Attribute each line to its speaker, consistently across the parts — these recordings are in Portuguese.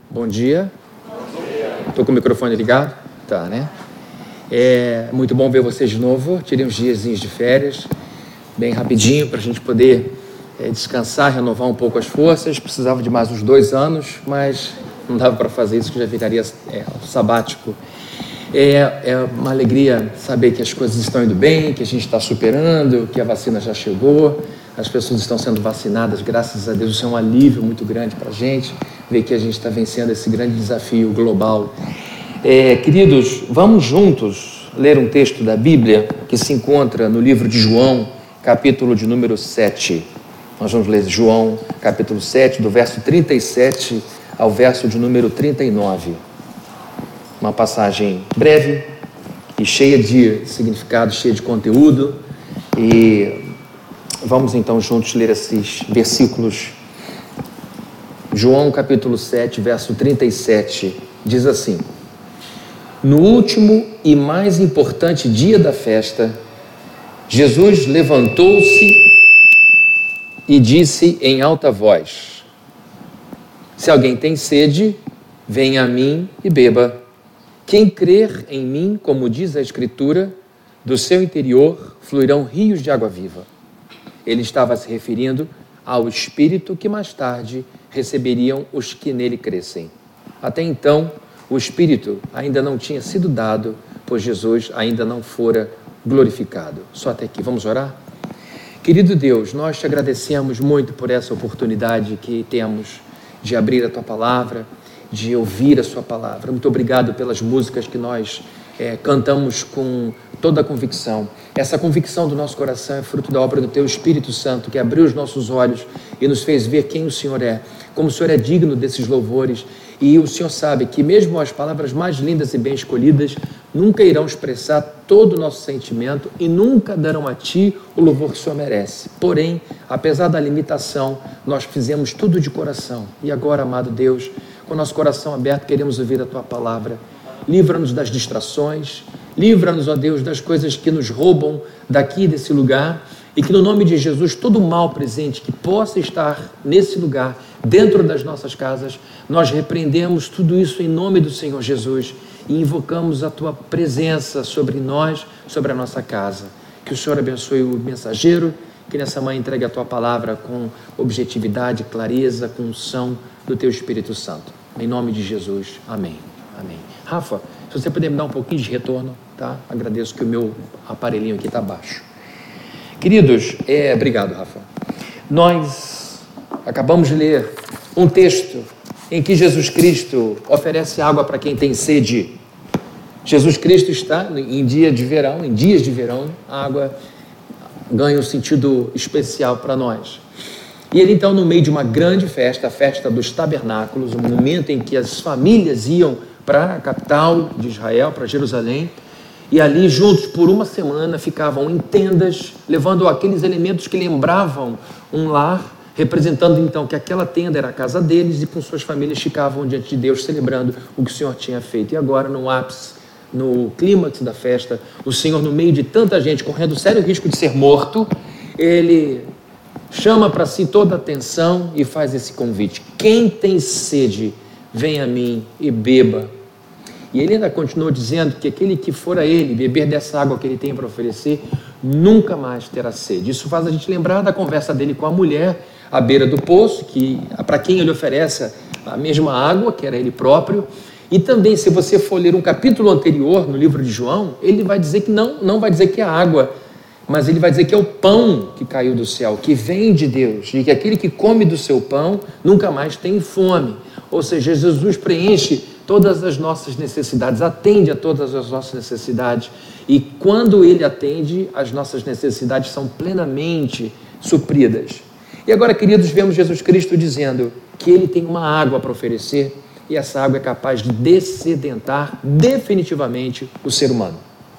Speaker 1: Bom dia. Estou com o microfone ligado? Tá, né? É muito bom ver vocês de novo. Tirei uns diazinhos de férias, bem rapidinho, para a gente poder descansar, renovar um pouco as forças. Precisava de mais uns 2 anos, mas não dava para fazer isso, que já viraria sabático. É uma alegria saber que as coisas estão indo bem, que a gente está superando, que a vacina já chegou, as pessoas estão sendo vacinadas, graças a Deus. Isso é um alívio muito grande para a gente, ver que a gente está vencendo esse grande desafio global. Queridos, vamos juntos ler um texto da Bíblia que se encontra no livro de João, capítulo de número 7. Nós vamos ler João, capítulo 7, do verso 37 ao verso de número 39. Uma passagem breve e cheia de significado, cheia de conteúdo. E vamos então juntos ler esses versículos. João capítulo 7, verso 37, diz assim: No último e mais importante dia da festa, Jesus levantou-se e disse em alta voz: Se alguém tem sede, venha a mim e beba. Quem crer em mim, como diz a Escritura, do seu interior fluirão rios de água viva. Ele estava se referindo ao Espírito que mais tarde receberiam os que nele crescem. Até então, o Espírito ainda não tinha sido dado, pois Jesus ainda não fora glorificado. Só até aqui. Vamos orar? Querido Deus, nós te agradecemos muito por essa oportunidade que temos de abrir a Tua Palavra, de ouvir a Sua Palavra. Muito obrigado pelas músicas que nós cantamos com toda a convicção. Essa convicção do nosso coração é fruto da obra do Teu Espírito Santo, que abriu os nossos olhos e nos fez ver quem o Senhor é, como o Senhor é digno desses louvores. E o Senhor sabe que mesmo as palavras mais lindas e bem escolhidas nunca irão expressar todo o nosso sentimento e nunca darão a Ti o louvor que o Senhor merece. Porém, apesar da limitação, nós fizemos tudo de coração. E agora, amado Deus, com o nosso coração aberto, queremos ouvir a Tua palavra. Livra-nos das distrações, livra-nos, ó Deus, das coisas que nos roubam daqui desse lugar, e que no nome de Jesus, todo mal presente que possa estar nesse lugar, dentro das nossas casas, nós repreendemos tudo isso em nome do Senhor Jesus e invocamos a Tua presença sobre nós, sobre a nossa casa. Que o Senhor abençoe o mensageiro, que nessa manhã entregue a Tua palavra com objetividade, clareza, com unção do Teu Espírito Santo. Em nome de Jesus, amém. Amém. Rafa, se você puder me dar um pouquinho de retorno, tá? Agradeço que o meu aparelhinho aqui está baixo. Queridos, obrigado, Rafa. Nós acabamos de ler um texto em que Jesus Cristo oferece água para quem tem sede. Jesus Cristo está em dias de verão, a água ganha um sentido especial para nós. E ele então, no meio de uma grande festa, a festa dos tabernáculos, um momento em que as famílias iam para a capital de Israel, para Jerusalém, e ali juntos por uma semana ficavam em tendas, levando aqueles elementos que lembravam um lar, representando então que aquela tenda era a casa deles, e com suas famílias ficavam diante de Deus celebrando o que o Senhor tinha feito. E agora, no ápice, no clímax da festa, o Senhor, no meio de tanta gente correndo sério risco de ser morto, ele chama para si toda a atenção e faz esse convite: quem tem sede, venha a mim e beba. E ele ainda continuou dizendo que aquele que for a ele beber dessa água que ele tem para oferecer, nunca mais terá sede. Isso faz a gente lembrar da conversa dele com a mulher à beira do poço, para quem ele oferece a mesma água, que era ele próprio. E também, se você for ler um capítulo anterior no livro de João, ele vai dizer que não vai dizer que é água, mas ele vai dizer que é o pão que caiu do céu, que vem de Deus, e que aquele que come do seu pão nunca mais tem fome. Ou seja, Jesus preenche todas as nossas necessidades, atende a todas as nossas necessidades, e quando Ele atende, as nossas necessidades são plenamente supridas. E agora, queridos, vemos Jesus Cristo dizendo que Ele tem uma água para oferecer, e essa água é capaz de dessedentar definitivamente o ser humano.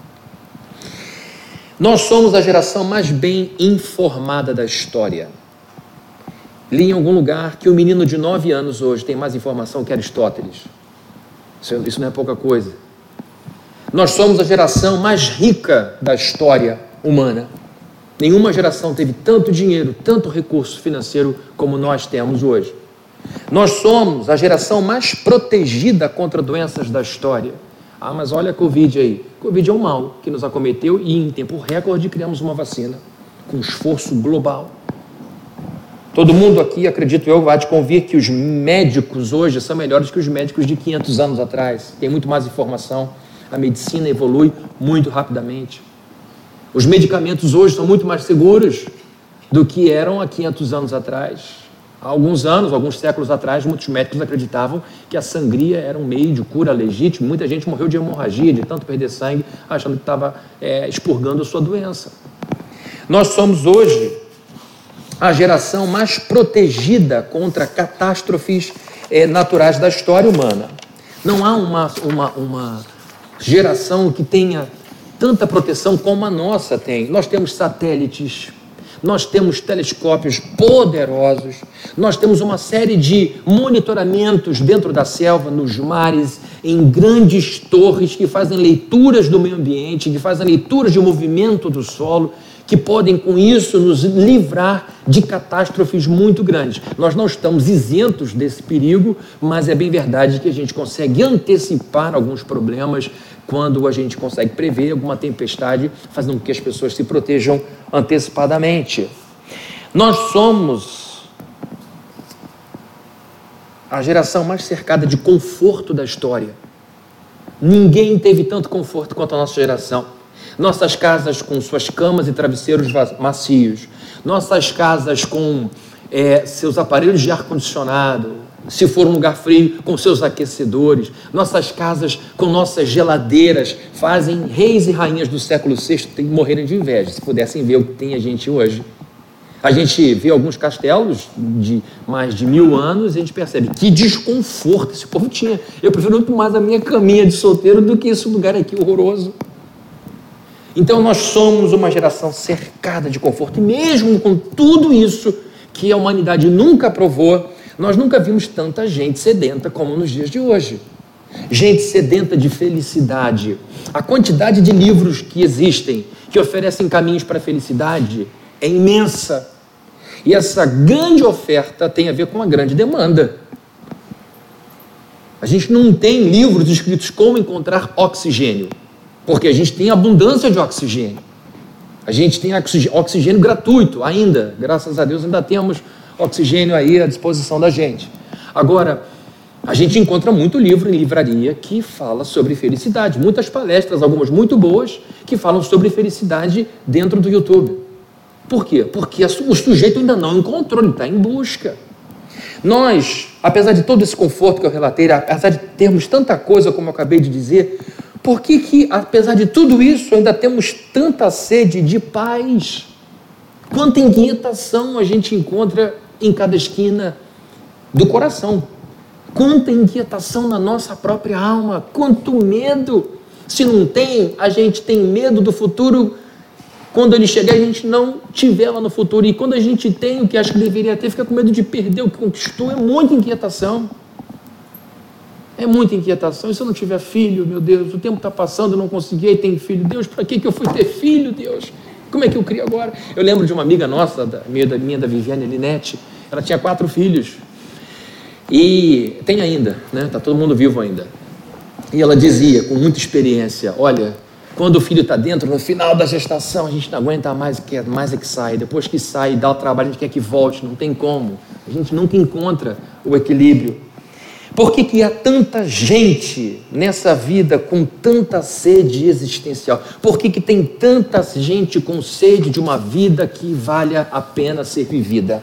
Speaker 1: Nós somos a geração mais bem informada da história. Li em algum lugar que o menino de 9 anos hoje tem mais informação que Aristóteles. Isso não é pouca coisa. Nós somos a geração mais rica da história humana. Nenhuma geração teve tanto dinheiro, tanto recurso financeiro como nós temos hoje. Nós somos a geração mais protegida contra doenças da história. Ah, mas olha a Covid aí. Covid é um mal que nos acometeu e em tempo recorde criamos uma vacina com esforço global. Todo mundo aqui, acredito eu, vai te convir que os médicos hoje são melhores que os médicos de 500 anos atrás. Tem muito mais informação. A medicina evolui muito rapidamente. Os medicamentos hoje são muito mais seguros do que eram há 500 anos atrás. Há alguns anos, alguns séculos atrás, muitos médicos acreditavam que a sangria era um meio de cura legítimo. Muita gente morreu de hemorragia, de tanto perder sangue, achando que estava expurgando a sua doença. Nós somos hoje a geração mais protegida contra catástrofes naturais da história humana. Não há uma geração que tenha tanta proteção como a nossa tem. Nós temos satélites, nós temos telescópios poderosos, nós temos uma série de monitoramentos dentro da selva, nos mares, em grandes torres que fazem leituras do meio ambiente, que fazem leituras de movimento do solo, que podem, com isso, nos livrar de catástrofes muito grandes. Nós não estamos isentos desse perigo, mas é bem verdade que a gente consegue antecipar alguns problemas quando a gente consegue prever alguma tempestade, fazendo com que as pessoas se protejam antecipadamente. Nós somos a geração mais cercada de conforto da história. Ninguém teve tanto conforto quanto a nossa geração. Nossas casas com suas camas e travesseiros macios, nossas casas com seus aparelhos de ar-condicionado, se for um lugar frio, com seus aquecedores, nossas casas com nossas geladeiras, fazem reis e rainhas do século VI morrerem de inveja, se pudessem ver o que tem a gente hoje. A gente vê alguns castelos de mais de 1000 anos e a gente percebe que desconforto esse povo tinha. Eu prefiro muito mais a minha caminha de solteiro do que esse lugar aqui horroroso. Então nós somos uma geração cercada de conforto, e mesmo com tudo isso que a humanidade nunca provou, nós nunca vimos tanta gente sedenta como nos dias de hoje. Gente sedenta de felicidade. A quantidade de livros que existem, que oferecem caminhos para a felicidade, é imensa. E essa grande oferta tem a ver com a grande demanda. A gente não tem livros escritos como encontrar oxigênio, porque a gente tem abundância de oxigênio. A gente tem oxigênio gratuito ainda, graças a Deus ainda temos oxigênio aí à disposição da gente. Agora, a gente encontra muito livro em livraria que fala sobre felicidade, muitas palestras, algumas muito boas, que falam sobre felicidade dentro do YouTube. Por quê? Porque o sujeito ainda não encontrou, ele está em busca. Nós, apesar de todo esse conforto que eu relatei, apesar de termos tanta coisa como eu acabei de dizer, por que, apesar de tudo isso, ainda temos tanta sede de paz? Quanta inquietação a gente encontra em cada esquina do coração. Quanta inquietação na nossa própria alma. Quanto medo. Se não tem, a gente tem medo do futuro. Quando ele chegar, a gente não tiver lá no futuro. E quando a gente tem o que acha que deveria ter, fica com medo de perder o que conquistou. É muita inquietação. É muita inquietação. E se eu não tiver filho, meu Deus, o tempo está passando, eu não consegui, aí tem filho. Deus, para que eu fui ter filho, Deus? Como é que eu crio agora? Eu lembro de uma amiga nossa, da Viviane Linete, ela tinha 4 filhos. E tem ainda, né? Está todo mundo vivo ainda. E ela dizia, com muita experiência, olha, quando o filho está dentro, no final da gestação, a gente não aguenta mais, quer mais é que sai. Depois que sai, dá o trabalho, a gente quer que volte, não tem como. A gente nunca encontra o equilíbrio. Por que há tanta gente nessa vida com tanta sede existencial? Por que tem tanta gente com sede de uma vida que valha a pena ser vivida?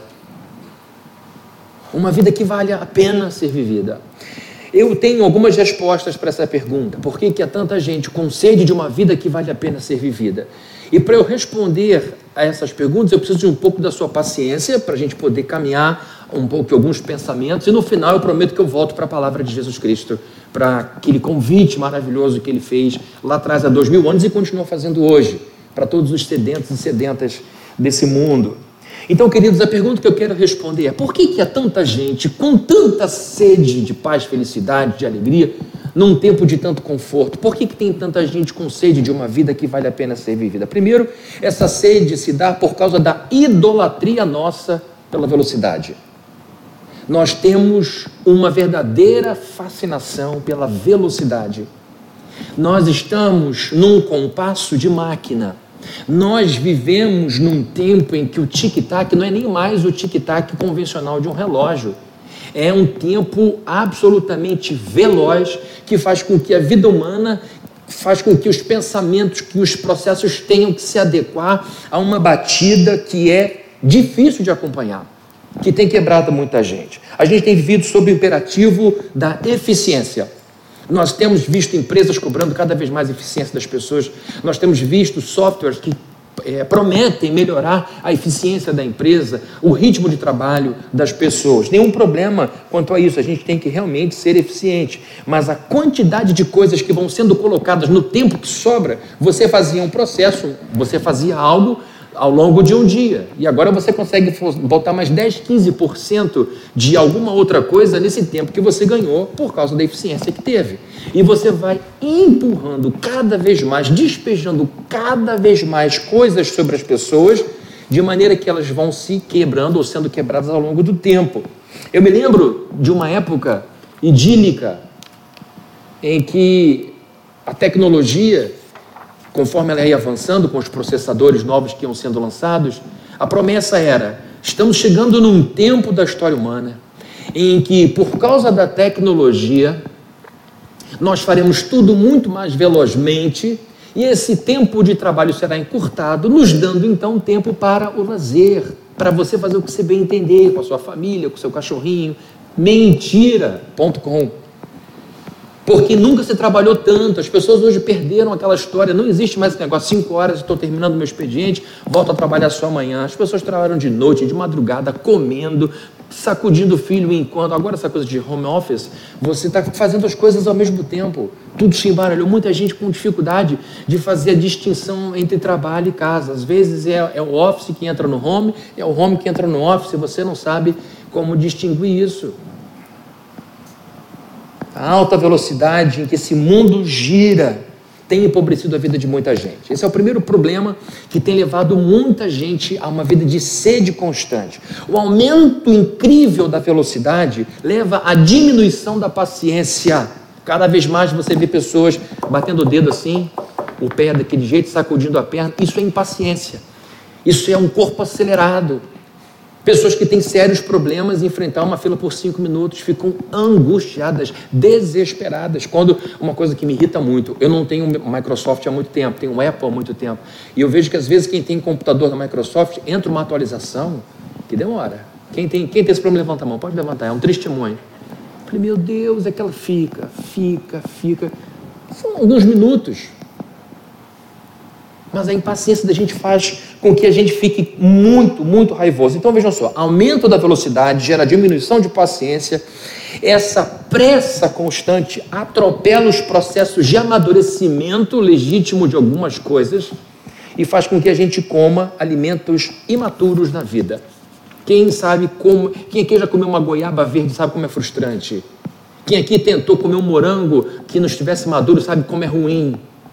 Speaker 1: Uma vida que valha a pena ser vivida. Eu tenho algumas respostas para essa pergunta. Por que há tanta gente com sede de uma vida que vale a pena ser vivida? E para eu responder a essas perguntas, eu preciso de um pouco da sua paciência, para a gente poder caminhar um pouco de alguns pensamentos, e no final eu prometo que eu volto para a palavra de Jesus Cristo, para aquele convite maravilhoso que ele fez lá atrás há 2000 anos e continua fazendo hoje, para todos os sedentos e sedentas desse mundo. Então, queridos, a pergunta que eu quero responder é: por que há tanta gente com tanta sede de paz, felicidade, de alegria, num tempo de tanto conforto? Por que tem tanta gente com sede de uma vida que vale a pena ser vivida? Primeiro, essa sede se dá por causa da idolatria nossa pela velocidade. nós temos uma verdadeira fascinação pela velocidade. Nós estamos num compasso de máquina. Nós vivemos num tempo em que o tic-tac não é nem mais o tic-tac convencional de um relógio. É um tempo absolutamente veloz que faz com que a vida humana, faz com que os pensamentos, que os processos tenham que se adequar a uma batida que é difícil de acompanhar, que tem quebrado muita gente. A gente tem vivido sob o imperativo da eficiência. Nós temos visto empresas cobrando cada vez mais eficiência das pessoas. Nós temos visto softwares que prometem melhorar a eficiência da empresa, o ritmo de trabalho das pessoas. Nenhum problema quanto a isso. A gente tem que realmente ser eficiente. Mas a quantidade de coisas que vão sendo colocadas no tempo que sobra, você fazia um processo, você fazia algo ao longo de um dia, e agora você consegue botar mais 10, 15% de alguma outra coisa nesse tempo que você ganhou por causa da eficiência que teve. E você vai empurrando cada vez mais, despejando cada vez mais coisas sobre as pessoas, de maneira que elas vão se quebrando ou sendo quebradas ao longo do tempo. Eu me lembro de uma época idílica em que a tecnologia, conforme ela ia avançando com os processadores novos que iam sendo lançados, a promessa era: estamos chegando num tempo da história humana em que, por causa da tecnologia, nós faremos tudo muito mais velozmente e esse tempo de trabalho será encurtado, nos dando então tempo para o lazer, para você fazer o que você bem entender, com a sua família, com o seu cachorrinho. Mentira.com. Porque nunca se trabalhou tanto, as pessoas hoje perderam aquela história, não existe mais esse negócio, 5 horas, estou terminando meu expediente, volto a trabalhar só amanhã. As pessoas trabalham de noite, de madrugada, comendo, sacudindo o filho enquanto. Agora essa coisa de home office, você está fazendo as coisas ao mesmo tempo, tudo se embaralhou, muita gente com dificuldade de fazer a distinção entre trabalho e casa. Às vezes é o office que entra no home, é o home que entra no office, você não sabe como distinguir isso. A alta velocidade em que esse mundo gira tem empobrecido a vida de muita gente. Esse é o primeiro problema que tem levado muita gente a uma vida de sede constante. O aumento incrível da velocidade leva à diminuição da paciência. Cada vez mais você vê pessoas batendo o dedo assim, o pé daquele jeito, sacudindo a perna. Isso é impaciência. Isso é um corpo acelerado. Pessoas que têm sérios problemas em enfrentar uma fila por 5 minutos ficam angustiadas, desesperadas. Quando, uma coisa que me irrita muito, eu não tenho Microsoft há muito tempo, tenho Apple há muito tempo, e eu vejo que às vezes quem tem computador da Microsoft, entra uma atualização que demora. Quem tem esse problema, levanta a mão, pode levantar, é um testemunho. Eu falei, meu Deus, é que ela fica. São alguns minutos. Mas a impaciência da gente faz com que a gente fique muito, muito raivoso. Então vejam só, aumento da velocidade gera diminuição de paciência, essa pressa constante atropela os processos de amadurecimento legítimo de algumas coisas e faz com que a gente coma alimentos imaturos na vida. Quem sabe como, quem aqui já comeu uma goiaba verde sabe como é frustrante? Quem aqui tentou comer um morango que não estivesse maduro sabe como é ruim?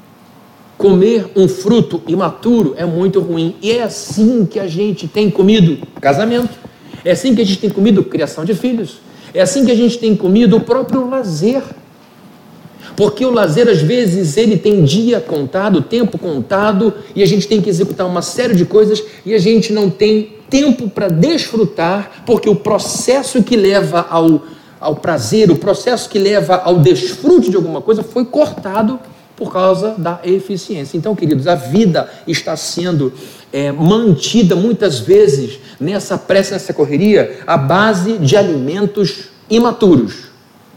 Speaker 1: Comer um fruto imaturo é muito ruim. E é assim que a gente tem comido casamento. É assim que a gente tem comido criação de filhos. É assim que a gente tem comido o próprio lazer. Porque o lazer, às vezes, ele tem dia contado, tempo contado, e a gente tem que executar uma série de coisas e a gente não tem tempo para desfrutar, porque o processo que leva ao prazer, o processo que leva ao desfrute de alguma coisa foi cortado por causa da eficiência. Então, queridos, a vida está sendo mantida muitas vezes nessa pressa, nessa correria, à base de alimentos imaturos.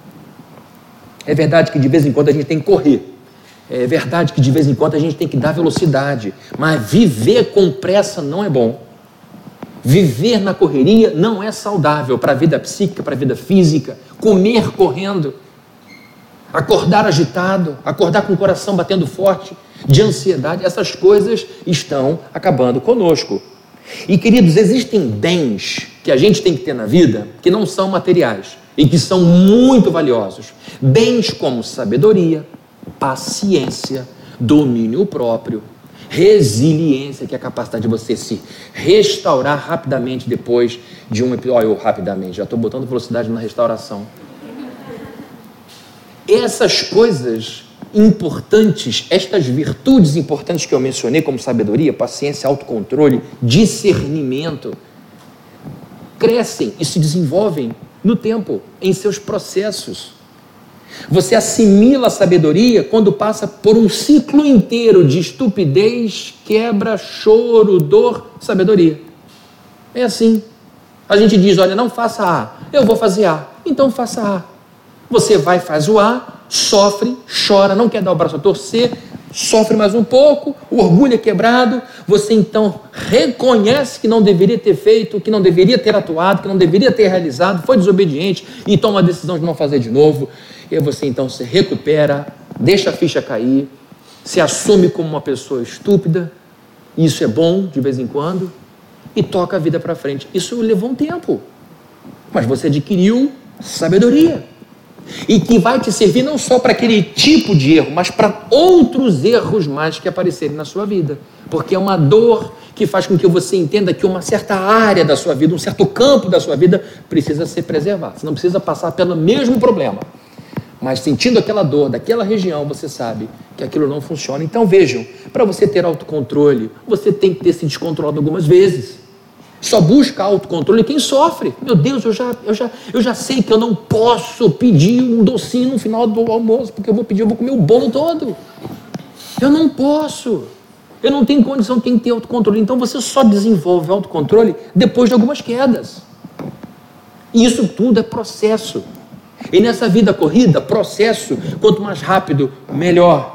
Speaker 1: É verdade que de vez em quando a gente tem que correr. É verdade que de vez em quando a gente tem que dar velocidade. Mas viver com pressa não é bom. Viver na correria não é saudável para a vida psíquica, para a vida física. Comer correndo. Acordar agitado, acordar com o coração batendo forte, de ansiedade, essas coisas estão acabando conosco. E, queridos, existem bens que a gente tem que ter na vida que não são materiais e que são muito valiosos. Bens como sabedoria, paciência, domínio próprio, Resiliência, que é a capacidade de você se restaurar rapidamente depois de um episódio. Rapidamente, já estou botando velocidade na restauração. Essas coisas importantes, estas virtudes importantes que eu mencionei, como sabedoria, paciência, autocontrole, discernimento, crescem e se desenvolvem no tempo, em seus processos. Você assimila a sabedoria quando passa por um ciclo inteiro de estupidez, quebra, choro, dor, sabedoria. É assim. A gente diz, olha, não faça A, eu vou fazer A, então faça A. Você vai, faz o A, sofre, chora, não quer dar o braço a torcer, sofre mais um pouco, o orgulho é quebrado, você então reconhece que não deveria ter feito, que não deveria ter atuado, que não deveria ter realizado, foi desobediente e toma a decisão de não fazer de novo. E aí você então se recupera, deixa a ficha cair, se assume como uma pessoa estúpida, isso é bom de vez em quando, e toca a vida para frente. Isso levou um tempo, mas você adquiriu sabedoria, e que vai te servir não só para aquele tipo de erro, mas para outros erros mais que aparecerem na sua vida, porque é uma dor que faz com que você entenda que uma certa área da sua vida, um certo campo da sua vida precisa ser preservado. Você não precisa passar pelo mesmo problema, mas sentindo aquela dor daquela região, você sabe que aquilo não funciona. Então vejam, para você ter autocontrole, você tem que ter se descontrolado algumas vezes. Só busca autocontrole quem sofre. Meu Deus, eu já sei que eu não posso pedir um docinho no final do almoço, porque eu vou comer o bolo todo. Eu não posso. Eu não tenho condição, tem que ter autocontrole. Então você só desenvolve autocontrole depois de algumas quedas. E isso tudo é processo. E nessa vida corrida, processo, quanto mais rápido, melhor.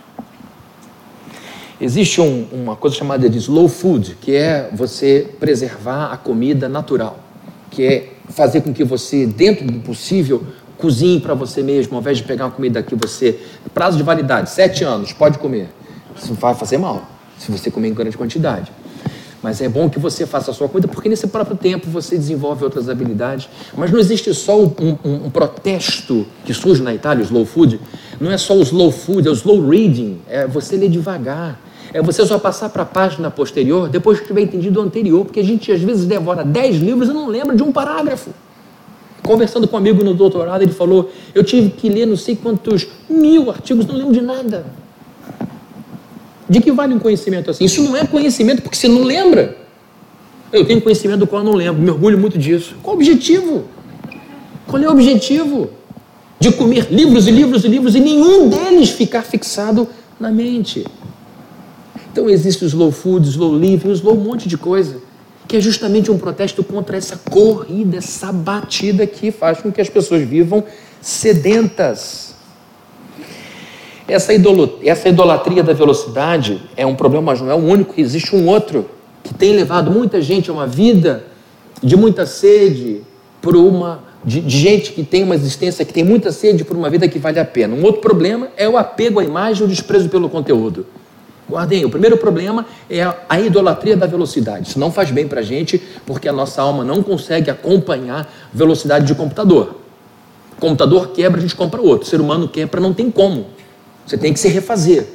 Speaker 1: Existe uma coisa chamada de slow food, que é você preservar a comida natural, que é fazer com que você, dentro do possível, cozinhe para você mesmo, ao invés de pegar uma comida que você... Prazo de validade, 7 anos, pode comer. Isso vai fazer mal, se você comer em grande quantidade. Mas é bom que você faça a sua comida, porque nesse próprio tempo você desenvolve outras habilidades. Mas não existe só um protesto que surge na Itália, o slow food. Não é só o slow food, é o slow reading. É você ler devagar. É você só passar para a página posterior depois que tiver entendido o anterior, porque a gente às vezes devora 10 livros e não lembra de um parágrafo. Conversando com um amigo no doutorado, ele falou, eu tive que ler não sei quantos 1000 artigos, não lembro de nada. De que vale um conhecimento assim? Isso não é conhecimento porque você não lembra. Eu tenho conhecimento do qual eu não lembro, me orgulho muito disso. Qual o objetivo? Qual é o objetivo? De comer livros e livros e livros e nenhum deles ficar fixado na mente. Então existe o slow food, o slow living, o slow um monte de coisa, que é justamente um protesto contra essa corrida, essa batida que faz com que as pessoas vivam sedentas. Essa idolatria da velocidade é um problema, mas não é o único, existe um outro que tem levado muita gente a uma vida de muita sede, de gente que tem uma existência, que tem muita sede por uma vida que vale a pena. Um outro problema é o apego à imagem e o desprezo pelo conteúdo. Guardem, o primeiro problema é a idolatria da velocidade. Isso não faz bem para a gente, porque a nossa alma não consegue acompanhar a velocidade de computador. O computador quebra, a gente compra outro. O ser humano quebra, não tem como. Você tem que se refazer.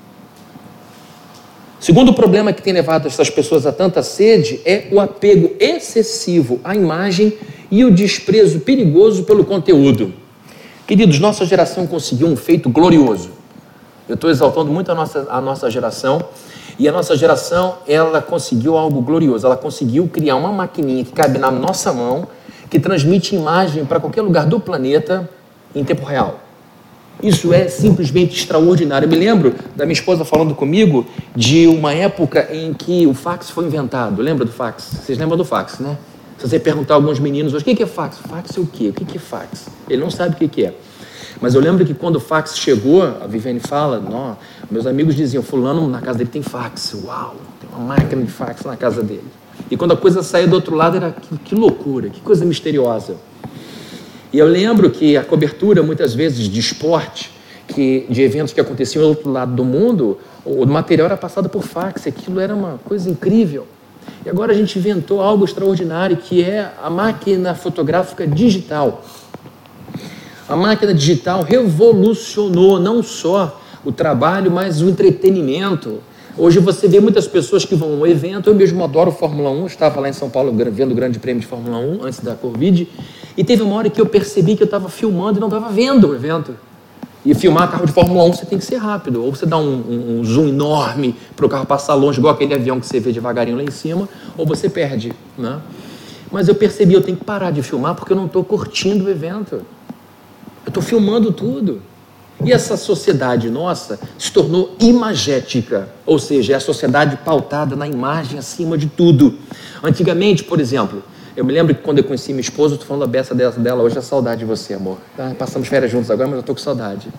Speaker 1: Segundo problema que tem levado essas pessoas a tanta sede é o apego excessivo à imagem e o desprezo perigoso pelo conteúdo. Queridos, nossa geração conseguiu um feito glorioso. Eu estou exaltando muito a nossa geração, e a nossa geração, ela conseguiu algo glorioso. Ela conseguiu criar uma maquininha que cabe na nossa mão, que transmite imagem para qualquer lugar do planeta em tempo real. Isso é simplesmente extraordinário. Eu me lembro da minha esposa falando comigo de uma época em que o fax foi inventado. Lembra do fax? Vocês lembram do fax, né? Se você perguntar a alguns meninos hoje, o que é fax? Fax é o quê? O que é fax? Ele não sabe o que é. Mas eu lembro que quando o fax chegou, a Viviane fala, meus amigos diziam, fulano na casa dele tem fax. Uau, tem uma máquina de fax na casa dele. E quando a coisa saía do outro lado, era que loucura, que coisa misteriosa. E eu lembro que a cobertura, muitas vezes, de esporte, de eventos que aconteciam do outro lado do mundo, o material era passado por fax, aquilo era uma coisa incrível. E agora a gente inventou algo extraordinário, que é a máquina fotográfica digital. A máquina digital revolucionou não só o trabalho, mas o entretenimento. Hoje você vê muitas pessoas que vão a um evento, eu mesmo adoro Fórmula 1, eu estava lá em São Paulo vendo o Grande Prêmio de Fórmula 1 antes da Covid, e teve uma hora que eu percebi que eu estava filmando e não estava vendo o evento. E filmar carro de Fórmula 1 você tem que ser rápido, ou você dá um zoom enorme para o carro passar longe, igual aquele avião que você vê devagarinho lá em cima, ou você perde, né? Mas eu percebi, eu tenho que parar de filmar porque eu não estou curtindo o evento. Eu estou filmando tudo. E essa sociedade nossa se tornou imagética, ou seja, é a sociedade pautada na imagem acima de tudo. Antigamente, por exemplo, eu me lembro que quando eu conheci minha esposa, estou falando a beça dela hoje, é saudade de você, amor. Tá? Passamos férias juntos agora, mas eu estou com saudade.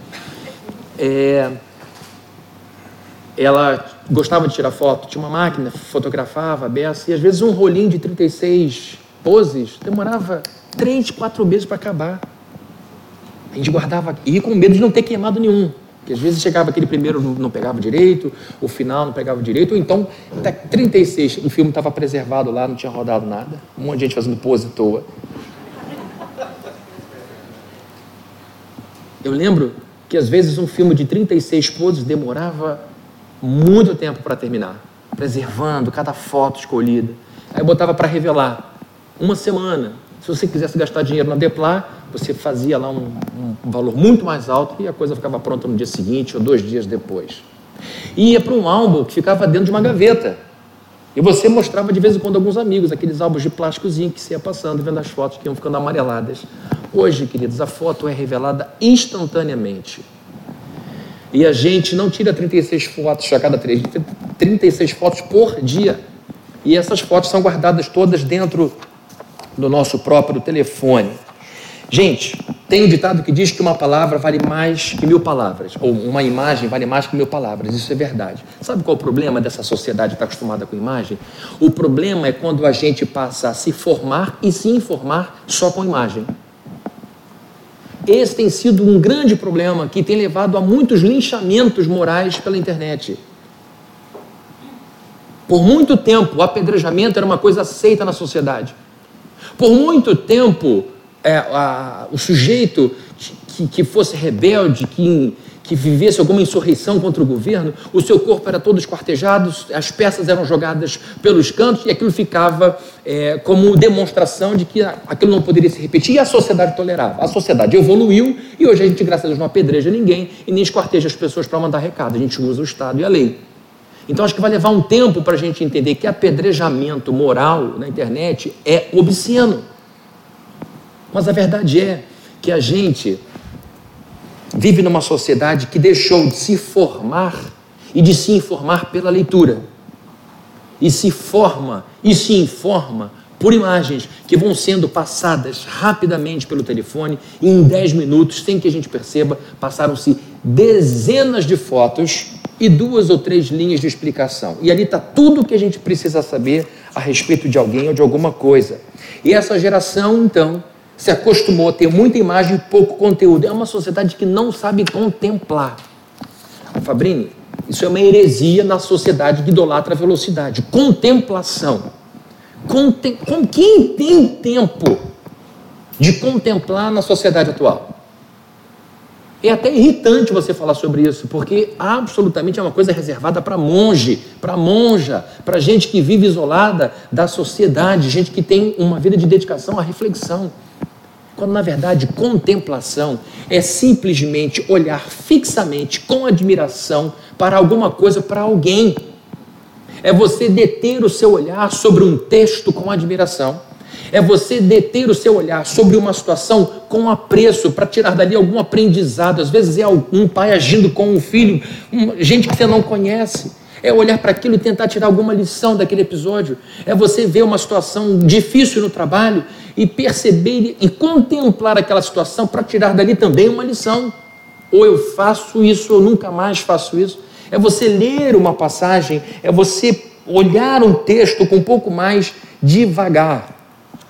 Speaker 1: Ela gostava de tirar foto, tinha uma máquina, fotografava a beça, e às vezes um rolinho de 36 poses demorava 3, 4 meses para acabar. A gente guardava e com medo de não ter queimado nenhum. Porque às vezes chegava aquele primeiro, não pegava direito, o final não pegava direito, ou então até 36, o filme estava preservado lá, não tinha rodado nada. Um monte de gente fazendo pose à toa. Eu lembro que às vezes um filme de 36 poses demorava muito tempo para terminar, preservando cada foto escolhida. Aí eu botava para revelar. Uma semana. Se você quisesse gastar dinheiro na Deplar, você fazia lá um valor muito mais alto e a coisa ficava pronta no dia seguinte ou 2 dias depois. E ia para um álbum que ficava dentro de uma gaveta. E você mostrava de vez em quando a alguns amigos, aqueles álbuns de plásticozinho que você ia passando, vendo as fotos que iam ficando amareladas. Hoje, queridos, a foto é revelada instantaneamente. E a gente não tira 36 fotos a cada 3, a gente tira 36 fotos por dia. E essas fotos são guardadas todas dentro do nosso próprio telefone. Gente, tem um ditado que diz que uma palavra vale mais que 1000 palavras, ou uma imagem vale mais que 1000 palavras, isso é verdade. Sabe qual é o problema dessa sociedade que está acostumada com imagem? O problema é quando a gente passa a se formar e se informar só com imagem. Esse tem sido um grande problema que tem levado a muitos linchamentos morais pela internet. Por muito tempo, o apedrejamento era uma coisa aceita na sociedade. Por muito tempo, o sujeito que fosse rebelde, que vivesse alguma insurreição contra o governo, o seu corpo era todo esquartejado, as peças eram jogadas pelos cantos e aquilo ficava como demonstração de que aquilo não poderia se repetir, e a sociedade tolerava. A sociedade evoluiu e hoje a gente, graças a Deus, não apedreja ninguém e nem esquarteja as pessoas para mandar recado. A gente usa o Estado e a lei. Então acho que vai levar um tempo para a gente entender que apedrejamento moral na internet é obsceno. Mas a verdade é que a gente vive numa sociedade que deixou de se formar e de se informar pela leitura. E se forma e se informa por imagens que vão sendo passadas rapidamente pelo telefone e em 10 minutos, sem que a gente perceba, passaram-se dezenas de fotos e 2 ou 3 linhas de explicação. E ali está tudo o que a gente precisa saber a respeito de alguém ou de alguma coisa. E essa geração, então, se acostumou a ter muita imagem e pouco conteúdo. É uma sociedade que não sabe contemplar. Fabrini, isso é uma heresia na sociedade que idolatra a velocidade. Contemplação. Quem tem tempo de contemplar na sociedade atual? É até irritante você falar sobre isso, porque absolutamente é uma coisa reservada para monge, para monja, para gente que vive isolada da sociedade, gente que tem uma vida de dedicação à reflexão. Quando, na verdade, contemplação é simplesmente olhar fixamente, com admiração, para alguma coisa, para alguém. É você deter o seu olhar sobre um texto com admiração. É você deter o seu olhar sobre uma situação com apreço, para tirar dali algum aprendizado. Às vezes é um pai agindo com um filho, gente que você não conhece. É olhar para aquilo e tentar tirar alguma lição daquele episódio. É você ver uma situação difícil no trabalho e perceber e contemplar aquela situação para tirar dali também uma lição. Ou eu faço isso, ou nunca mais faço isso. É você ler uma passagem, é você olhar um texto com um pouco mais devagar.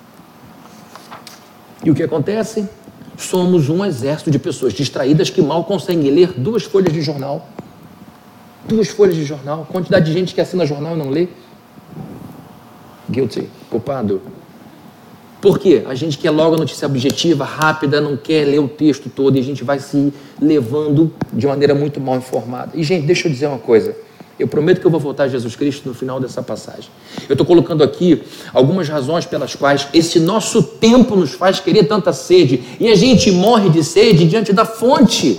Speaker 1: E o que acontece? Somos um exército de pessoas distraídas que mal conseguem ler 2 folhas de jornal. 2 folhas de jornal. Quantidade de gente que assina jornal e não lê. Guilty, culpado. Por quê? A gente quer logo a notícia objetiva, rápida, não quer ler o texto todo e a gente vai se levando de maneira muito mal informada. E, gente, deixa eu dizer uma coisa. Eu prometo que eu vou voltar a Jesus Cristo no final dessa passagem. Eu estou colocando aqui algumas razões pelas quais esse nosso tempo nos faz querer tanta sede, e a gente morre de sede diante da fonte.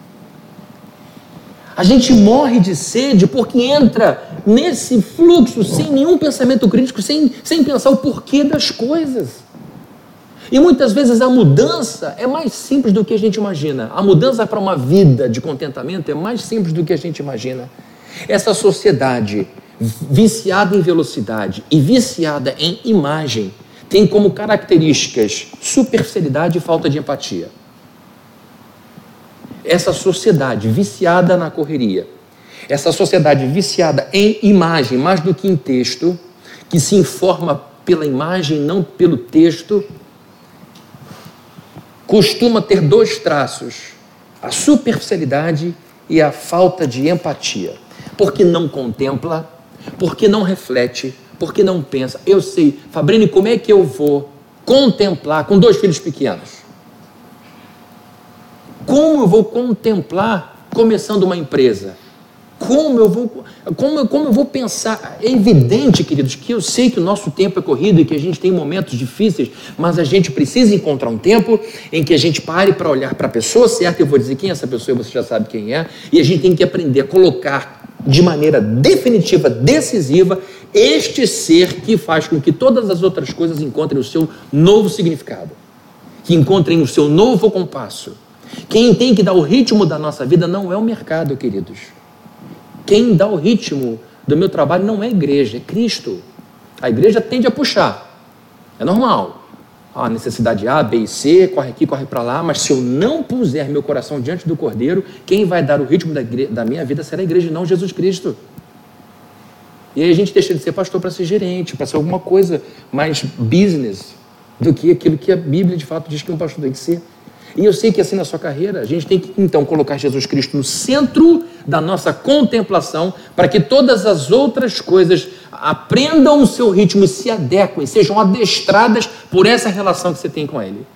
Speaker 1: A gente morre de sede porque entra nesse fluxo sem nenhum pensamento crítico, sem pensar o porquê das coisas. E muitas vezes a mudança é mais simples do que a gente imagina. A mudança para uma vida de contentamento é mais simples do que a gente imagina. Essa sociedade viciada em velocidade e viciada em imagem tem como características superficialidade e falta de empatia. Essa sociedade viciada na correria, essa sociedade viciada em imagem, mais do que em texto, que se informa pela imagem, não pelo texto, costuma ter dois traços: a superficialidade e a falta de empatia. Porque não contempla, porque não reflete, porque não pensa. Eu sei, Fabrini, como é que eu vou contemplar com 2 filhos pequenos? Como eu vou contemplar começando uma empresa? Como eu vou pensar? É evidente, queridos, que eu sei que o nosso tempo é corrido e que a gente tem momentos difíceis, mas a gente precisa encontrar um tempo em que a gente pare para olhar para a pessoa certa. Eu vou dizer quem é essa pessoa, você já sabe quem é, e a gente tem que aprender a colocar de maneira definitiva, decisiva, este ser que faz com que todas as outras coisas encontrem o seu novo significado, que encontrem o seu novo compasso. Quem tem que dar o ritmo da nossa vida não é o mercado, queridos. Quem dá o ritmo do meu trabalho não é a igreja, é Cristo. A igreja tende a puxar, é normal. A necessidade A, B e C, corre aqui, corre para lá, mas se eu não puser meu coração diante do Cordeiro, quem vai dar o ritmo da minha vida será a igreja, não Jesus Cristo. E aí a gente deixa de ser pastor para ser gerente, para ser alguma coisa mais business do que aquilo que a Bíblia de fato diz que um pastor tem que ser. E eu sei que assim na sua carreira, a gente tem que então colocar Jesus Cristo no centro da nossa contemplação, para que todas as outras coisas aprendam o seu ritmo e se adequem, sejam adestradas por essa relação que você tem com Ele.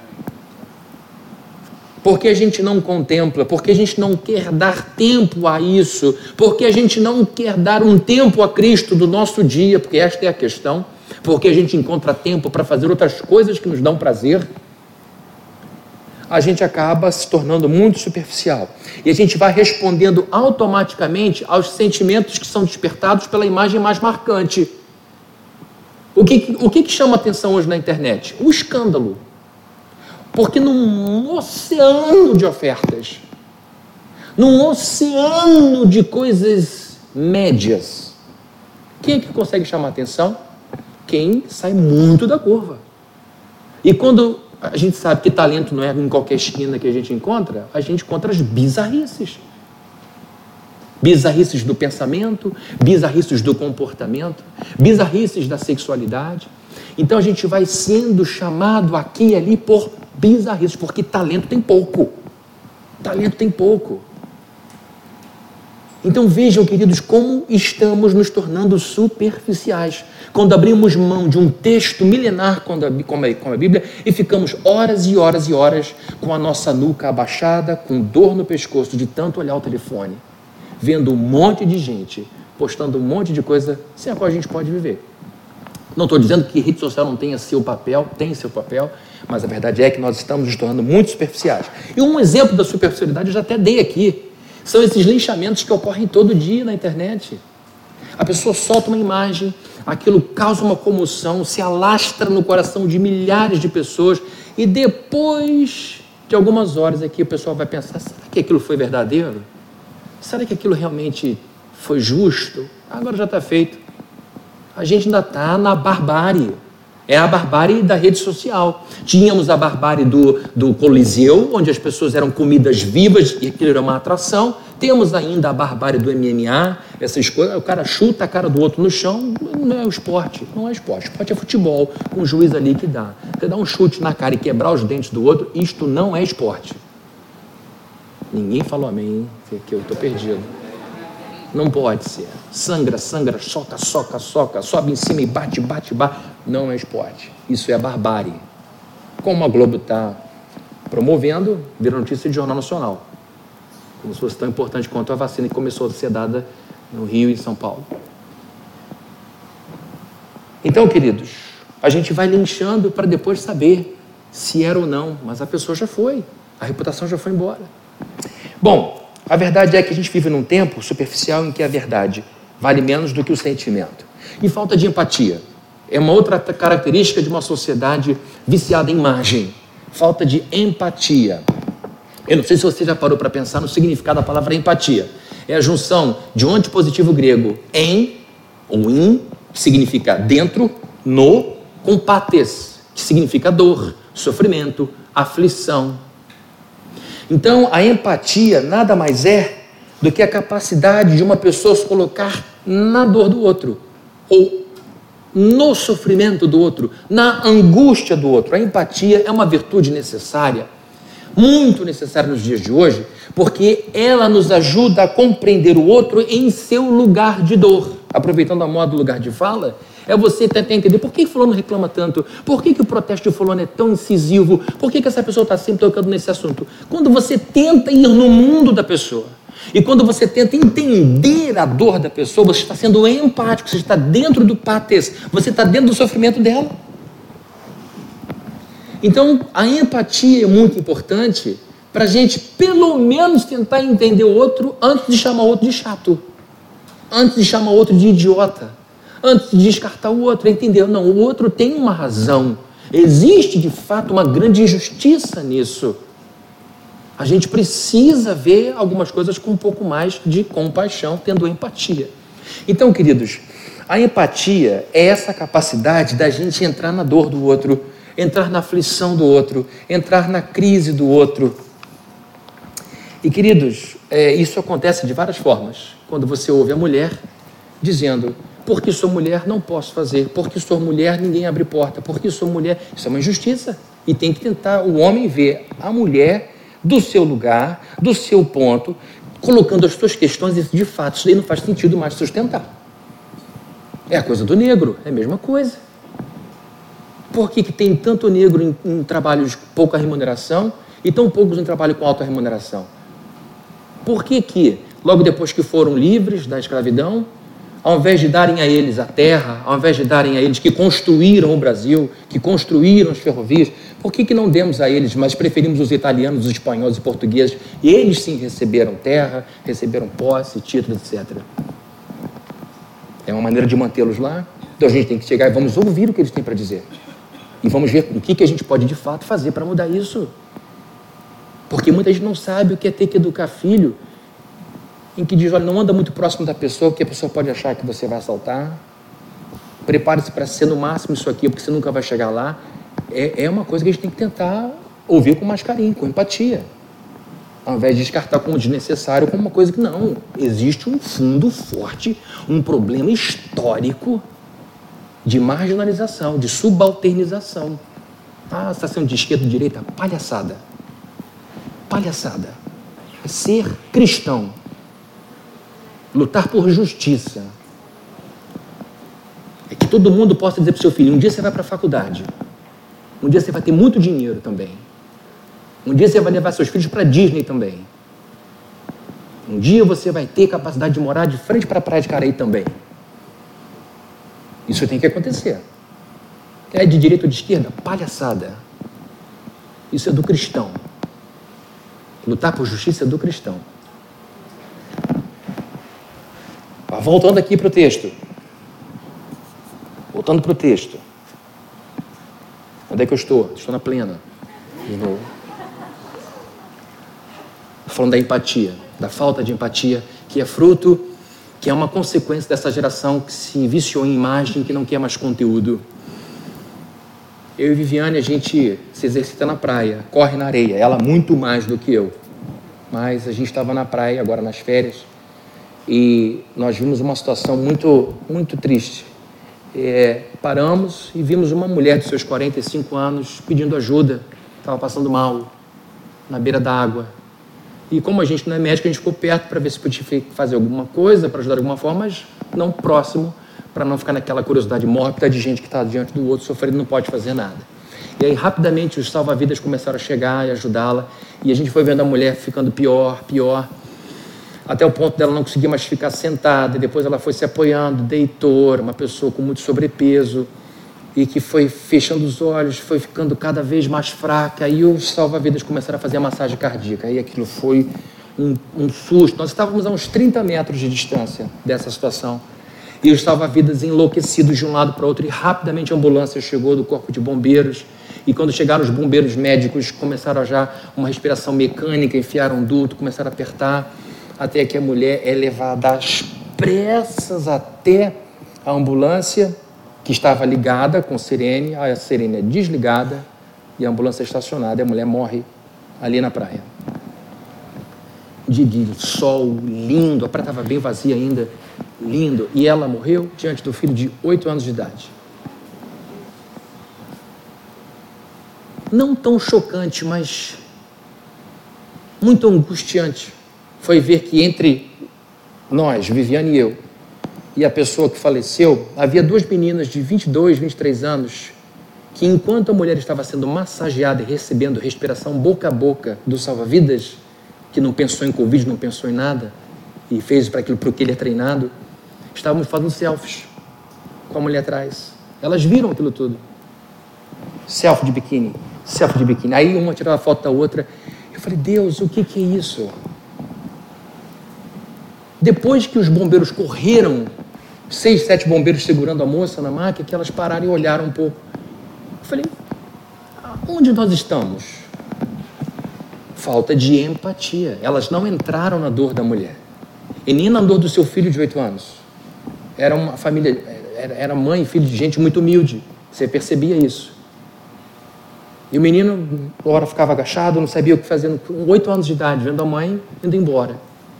Speaker 1: Porque a gente não contempla, porque a gente não quer dar tempo a isso, porque a gente não quer dar um tempo a Cristo do nosso dia, porque esta é a questão, porque a gente encontra tempo para fazer outras coisas que nos dão prazer, a gente acaba se tornando muito superficial. E a gente vai respondendo automaticamente aos sentimentos que são despertados pela imagem mais marcante. O que chama atenção hoje na internet? O escândalo. Porque num oceano de ofertas, num oceano de coisas médias, quem é que consegue chamar atenção? Quem sai muito da curva. E quando a gente sabe que talento não é em qualquer esquina que a gente encontra as bizarrices. Bizarrices do pensamento, bizarrices do comportamento, bizarrices da sexualidade. Então a gente vai sendo chamado aqui e ali por bizarrices, porque talento tem pouco. Talento tem pouco. Então vejam, queridos, como estamos nos tornando superficiais. Quando abrimos mão de um texto milenar como a Bíblia e ficamos horas e horas e horas com a nossa nuca abaixada, com dor no pescoço de tanto olhar o telefone, vendo um monte de gente postando um monte de coisa sem a qual a gente pode viver. Não estou dizendo que rede social não tenha seu papel, tem seu papel, mas a verdade é que nós estamos nos tornando muito superficiais. E um exemplo da superficialidade eu já até dei aqui. São esses linchamentos que ocorrem todo dia na internet. A pessoa solta uma imagem, aquilo causa uma comoção, se alastra no coração de milhares de pessoas e depois de algumas horas aqui o pessoal vai pensar, será que aquilo foi verdadeiro? Será que aquilo realmente foi justo? Agora já está feito. A gente ainda está na barbárie. É a barbárie da rede social. Tínhamos a barbárie do Coliseu, onde as pessoas eram comidas vivas e aquilo era uma atração. Temos ainda a barbárie do MMA, essas coisas. O cara chuta a cara do outro no chão, não é o esporte. Não é esporte. Esporte é futebol, com o juiz ali que dá. Você dá um chute na cara e quebrar os dentes do outro, isto não é esporte. Ninguém falou amém, que eu estou perdido. Não pode ser. Sangra, soca, sobe em cima e bate. Não é esporte. Isso é barbárie. Como a Globo está promovendo, vira notícia de Jornal Nacional. Como se fosse tão importante quanto a vacina que começou a ser dada no Rio e em São Paulo. Então, queridos, a gente vai linchando para depois saber se era ou não, mas a pessoa já foi, a reputação já foi embora. Bom, a verdade é que a gente vive num tempo superficial em que a verdade vale menos do que o sentimento. E falta de empatia é uma outra característica de uma sociedade viciada em imagem. Falta de empatia. Eu não sei se você já parou para pensar no significado da palavra empatia. É a junção de um antepositivo grego em, ou in, que significa dentro, no, com pates, que significa dor, sofrimento, aflição. Então, a empatia nada mais é do que a capacidade de uma pessoa se colocar na dor do outro, ou no sofrimento do outro, na angústia do outro. A empatia é uma virtude necessária, muito necessária nos dias de hoje, porque ela nos ajuda a compreender o outro em seu lugar de dor. Aproveitando a moda do lugar de fala, é você tentar entender por que fulano reclama tanto, por que o protesto de fulano é tão incisivo, por que essa pessoa está sempre tocando nesse assunto. Quando você tenta ir no mundo da pessoa, e quando você tenta entender a dor da pessoa, você está sendo empático, você está dentro do pates, você está dentro do sofrimento dela. Então, a empatia é muito importante para a gente, pelo menos, tentar entender o outro antes de chamar o outro de chato, antes de chamar o outro de idiota, antes de descartar o outro, entender, não, o outro tem uma razão, existe de fato uma grande injustiça nisso. A gente precisa ver algumas coisas com um pouco mais de compaixão, tendo empatia. Então, queridos, a empatia é essa capacidade da gente entrar na dor do outro, entrar na aflição do outro, entrar na crise do outro. E, queridos, isso acontece de várias formas. Quando você ouve a mulher dizendo, porque sou mulher não posso fazer, porque sou mulher ninguém abre porta, porque sou mulher, isso é uma injustiça. E tem que tentar o homem ver a mulher do seu lugar, do seu ponto, colocando as suas questões, e de fato, isso daí não faz sentido mais sustentar. É a coisa do negro, é a mesma coisa. Por que tem tanto negro em trabalhos de pouca remuneração e tão poucos em trabalho com alta remuneração? Por que, logo depois que foram livres da escravidão, ao invés de darem a eles a terra, ao invés de darem a eles que construíram o Brasil, que construíram as ferrovias, por que não demos a eles, mas preferimos os italianos, os espanhóis e portugueses, e eles sim receberam terra, receberam posse, título, etc. É uma maneira de mantê-los lá. Então a gente tem que chegar e vamos ouvir o que eles têm para dizer. E vamos ver o que a gente pode de fato fazer para mudar isso. Porque muita gente não sabe o que é ter que educar filho, em que diz, olha, não anda muito próximo da pessoa, porque a pessoa pode achar que você vai assaltar. Prepare-se para ser no máximo isso aqui, porque você nunca vai chegar lá. É uma coisa que a gente tem que tentar ouvir com mais carinho, com empatia. Ao invés de descartar como desnecessário, como uma coisa que não. Existe um fundo forte, um problema histórico de marginalização, de subalternização. Ah, você está sendo de esquerda ou de direita? Palhaçada. Palhaçada. Ser cristão, lutar por justiça, é que todo mundo possa dizer para o seu filho, um dia você vai para a faculdade, um dia você vai ter muito dinheiro também, um dia você vai levar seus filhos para a Disney também, um dia você vai ter capacidade de morar de frente para a praia de Caraí também. Isso tem que acontecer. É de direita ou de esquerda? Palhaçada. Isso é do cristão. Lutar por justiça é do cristão. Voltando aqui para o texto. Voltando para o texto. Onde é que eu estou? Estou na plena. De novo. Falando da empatia, da falta de empatia, que é fruto, que é uma consequência dessa geração que se viciou em imagem, que não quer mais conteúdo. Eu e Viviane, a gente se exercita na praia, corre na areia, ela muito mais do que eu. Mas a gente estava na praia, agora nas férias, e nós vimos uma situação muito, muito triste. Paramos e vimos uma mulher de seus 45 anos pedindo ajuda, estava passando mal, na beira da água. E como a gente não é médico, a gente ficou perto para ver se podia fazer alguma coisa, para ajudar de alguma forma, mas não próximo, para não ficar naquela curiosidade mórbida de gente que está diante do outro sofrendo e não pode fazer nada. E aí, rapidamente, os salva-vidas começaram a chegar e ajudá-la, e a gente foi vendo a mulher ficando pior, pior. até o ponto dela não conseguir mais ficar sentada, e depois ela foi se apoiando, deitou, uma pessoa com muito sobrepeso, e que foi fechando os olhos, foi ficando cada vez mais fraca, e os salva-vidas começaram a fazer a massagem cardíaca, e aquilo foi um susto. Nós estávamos a uns 30 metros de distância dessa situação, e os salva-vidas enlouquecidos de um lado para o outro, e rapidamente a ambulância chegou do corpo de bombeiros, e quando chegaram os bombeiros médicos, começaram já uma respiração mecânica, enfiaram um duto, começaram a apertar, até que a mulher é levada às pressas até a ambulância, que estava ligada com sirene, a sirene é desligada, e a ambulância é estacionada, e a mulher morre ali na praia. De sol, lindo, a praia estava bem vazia ainda, lindo, e ela morreu diante do filho de 8 anos de idade. Não tão chocante, mas muito angustiante foi ver que entre nós, Viviane e eu, e a pessoa que faleceu, havia 2 meninas de 22, 23 anos, que enquanto a mulher estava sendo massageada e recebendo respiração boca a boca do salva-vidas, que não pensou em Covid, não pensou em nada, e fez para aquilo para o que ele é treinado, estávamos fazendo selfies com a mulher atrás. Elas viram aquilo tudo. Selfie de biquíni. Aí uma tirava a foto da outra. Eu falei, Deus, o que é isso? Depois que os bombeiros correram, 6, 7 bombeiros segurando a moça na máquina, que elas pararam e olharam um pouco. Eu falei, onde nós estamos? Falta de empatia. Elas não entraram na dor da mulher. E nem na dor do seu filho de 8 anos. Era uma família, era mãe e filho de gente muito humilde. Você percebia isso. E o menino, uma hora ficava agachado, não sabia o que fazer, com 8 anos de idade, vendo a mãe indo embora.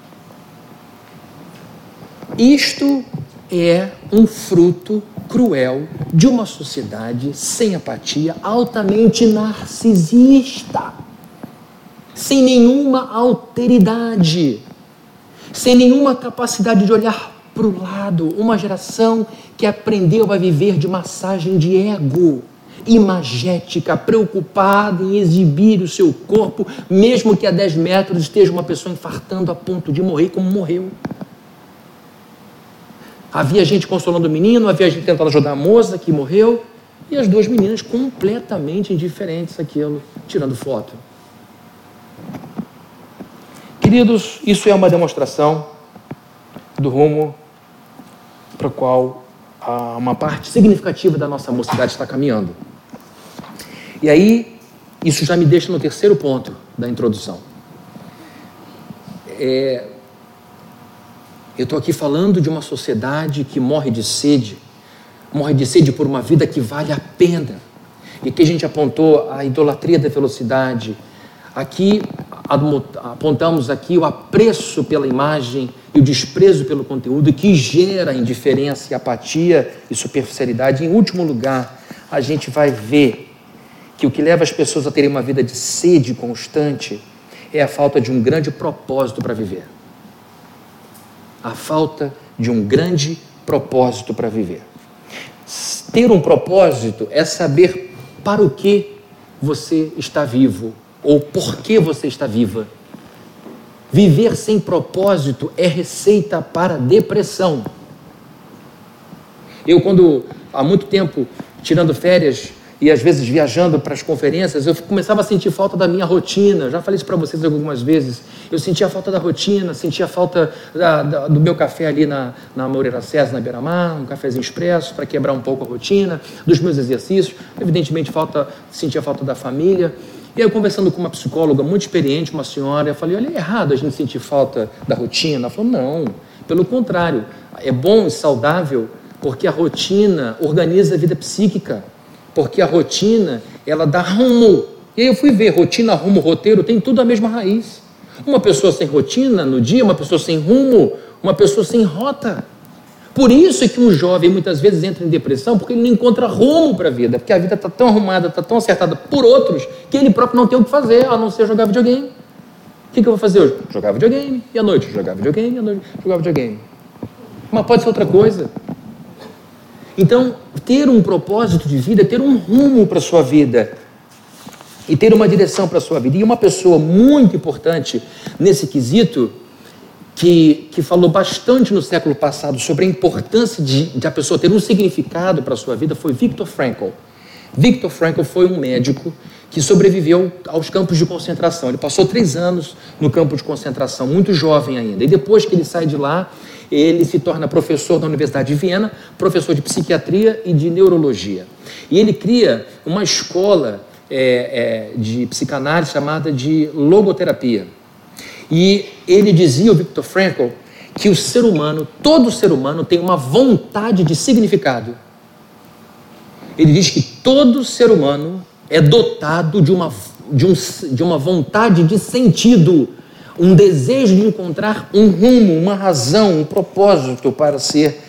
Speaker 1: Isto é um fruto cruel de uma sociedade sem empatia, altamente narcisista, sem nenhuma alteridade, sem nenhuma capacidade de olhar para o lado, uma geração que aprendeu a viver de massagem de ego, imagética, preocupada em exibir o seu corpo, mesmo que a 10 metros esteja uma pessoa infartando a ponto de morrer como morreu. Havia gente consolando o menino, havia gente tentando ajudar a moça que morreu, e as 2 meninas completamente indiferentes àquilo, tirando foto. Queridos, isso é uma demonstração do rumo para o qual uma parte significativa da nossa mocidade está caminhando. E aí, isso já me deixa no 3º ponto da introdução. Eu estou aqui falando de uma sociedade que morre de sede por uma vida que vale a pena. E aqui a gente apontou a idolatria da velocidade. Aqui apontamos aqui o apreço pela imagem e o desprezo pelo conteúdo que gera indiferença, apatia e superficialidade. Em último lugar, a gente vai ver que o que leva as pessoas a terem uma vida de sede constante é a falta de um grande propósito para viver. A falta de um grande propósito para viver. Ter um propósito é saber para o que você está vivo ou por que você está viva. Viver sem propósito é receita para depressão. Eu, quando há muito tempo tirando férias e às vezes viajando para as conferências, eu começava a sentir falta da minha rotina. Já falei isso para vocês algumas vezes. Eu sentia falta da rotina, sentia falta do meu café ali na Moreira César, na Beira-Mar, um cafezinho expresso para quebrar um pouco a rotina, dos meus exercícios. Evidentemente, sentia falta da família. E aí, eu conversando com uma psicóloga muito experiente, uma senhora, eu falei, olha, é errado a gente sentir falta da rotina. Ela falou, não, pelo contrário, é bom e saudável porque a rotina organiza a vida psíquica. Porque a rotina, ela dá rumo. E aí eu fui ver, rotina, rumo, roteiro, tem tudo a mesma raiz. Uma pessoa sem rotina no dia, uma pessoa sem rumo, uma pessoa sem rota. Por isso é que um jovem muitas vezes entra em depressão, porque ele não encontra rumo para a vida, porque a vida está tão arrumada, está tão acertada por outros, que ele próprio não tem o que fazer, a não ser jogar videogame. O que eu vou fazer hoje? Jogar videogame. E à noite? Jogar videogame. E à noite? Jogar videogame. Mas pode ser outra coisa. Então, ter um propósito de vida, ter um rumo para a sua vida e ter uma direção para a sua vida. E uma pessoa muito importante nesse quesito que falou bastante no século passado sobre a importância de a pessoa ter um significado para a sua vida foi Viktor Frankl. Viktor Frankl foi um médico que sobreviveu aos campos de concentração. Ele passou 3 anos no campo de concentração, muito jovem ainda. E depois que ele sai de lá, ele se torna professor da Universidade de Viena, professor de psiquiatria e de neurologia. E ele cria uma escola de psicanálise chamada de logoterapia. E ele dizia, o Viktor Frankl, que o ser humano, todo ser humano tem uma vontade de significado. Ele diz que todo ser humano é dotado de uma vontade de sentido, um desejo de encontrar um rumo, uma razão, um propósito para ser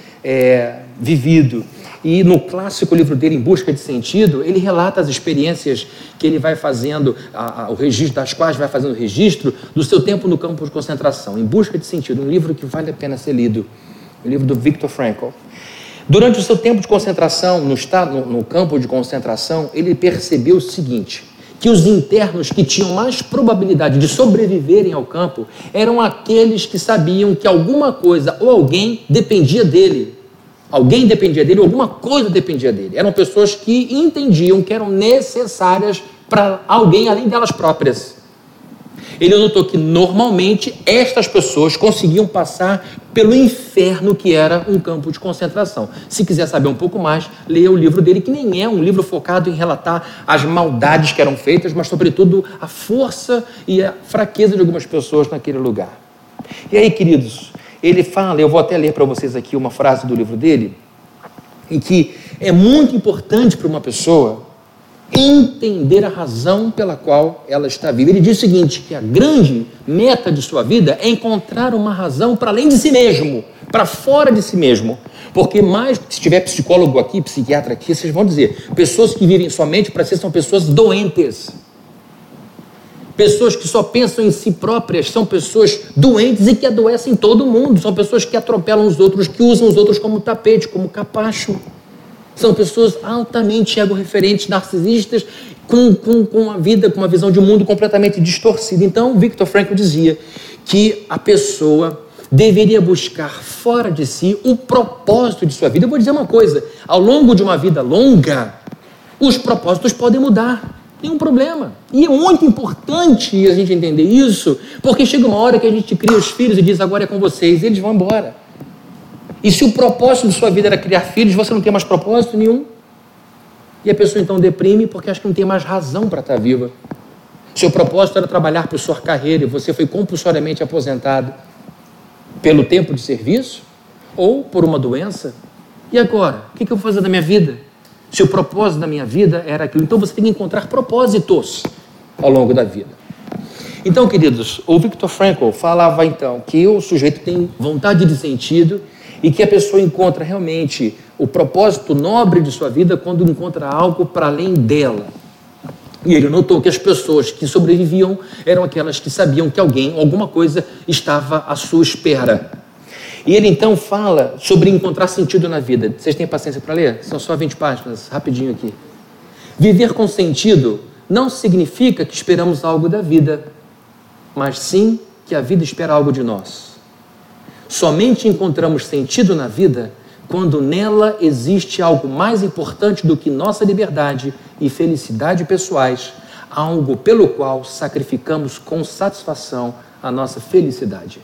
Speaker 1: vivido. E no clássico livro dele, Em Busca de Sentido, ele relata as experiências que ele vai fazendo, o registro das quais vai fazendo o registro do seu tempo no campo de concentração. Em Busca de Sentido, um livro que vale a pena ser lido, o livro do Viktor Frankl. Durante o seu tempo de concentração, no campo de concentração, ele percebeu o seguinte, que os internos que tinham mais probabilidade de sobreviverem ao campo eram aqueles que sabiam que alguma coisa ou alguém dependia dele. Alguém dependia dele, ou alguma coisa dependia dele. Eram pessoas que entendiam que eram necessárias para alguém além delas próprias. Ele notou que, normalmente, estas pessoas conseguiam passar pelo inferno que era um campo de concentração. Se quiser saber um pouco mais, leia o livro dele, que nem é um livro focado em relatar as maldades que eram feitas, mas, sobretudo, a força e a fraqueza de algumas pessoas naquele lugar. E aí, queridos, ele fala, eu vou até ler para vocês aqui uma frase do livro dele, em que é muito importante para uma pessoa entender a razão pela qual ela está viva. Ele diz o seguinte, que a grande meta de sua vida é encontrar uma razão para além de si mesmo, para fora de si mesmo. Porque mais, se tiver psicólogo aqui, psiquiatra aqui, vocês vão dizer, pessoas que vivem somente para si são pessoas doentes. Pessoas que só pensam em si próprias são pessoas doentes e que adoecem todo mundo. São pessoas que atropelam os outros, que usam os outros como tapete, como capacho. São pessoas altamente egorreferentes, narcisistas, com a vida, com uma visão de mundo completamente distorcida. Então, Viktor Frankl dizia que a pessoa deveria buscar fora de si o propósito de sua vida. Eu vou dizer uma coisa, ao longo de uma vida longa, os propósitos podem mudar. Nenhum problema. E é muito importante a gente entender isso, porque chega uma hora que a gente cria os filhos e diz, agora é com vocês, e eles vão embora. E se o propósito de sua vida era criar filhos, você não tem mais propósito nenhum. E a pessoa então deprime porque acha que não tem mais razão para estar viva. Seu propósito era trabalhar por sua carreira e você foi compulsoriamente aposentado pelo tempo de serviço ou por uma doença. E agora? O que eu vou fazer da minha vida? Se o propósito da minha vida era aquilo, então você tem que encontrar propósitos ao longo da vida. Então, queridos, o Viktor Frankl falava então que o sujeito tem vontade de sentido e que a pessoa encontra realmente o propósito nobre de sua vida quando encontra algo para além dela. E ele notou que as pessoas que sobreviviam eram aquelas que sabiam que alguém, alguma coisa, estava à sua espera. E ele então fala sobre encontrar sentido na vida. Vocês têm paciência para ler? São só 20 páginas, rapidinho aqui. Viver com sentido não significa que esperamos algo da vida, mas sim que a vida espera algo de nós. Somente encontramos sentido na vida quando nela existe algo mais importante do que nossa liberdade e felicidade pessoais, algo pelo qual sacrificamos com satisfação a nossa felicidade.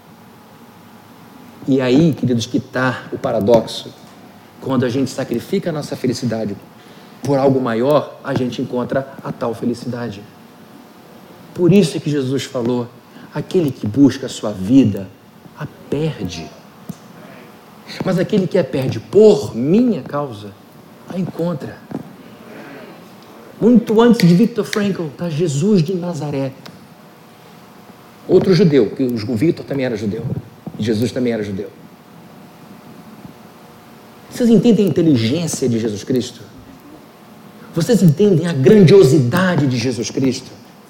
Speaker 1: E aí, queridos, que está o paradoxo. Quando a gente sacrifica a nossa felicidade por algo maior, a gente encontra a tal felicidade. Por isso é que Jesus falou, aquele que busca a sua vida, a perde. Mas aquele que a perde por minha causa, a encontra. Muito antes de Viktor Frankl, está Jesus de Nazaré. Outro judeu, que o Viktor também era judeu. Jesus também era judeu. Vocês entendem a inteligência de Jesus Cristo? Vocês entendem a grandiosidade de Jesus Cristo?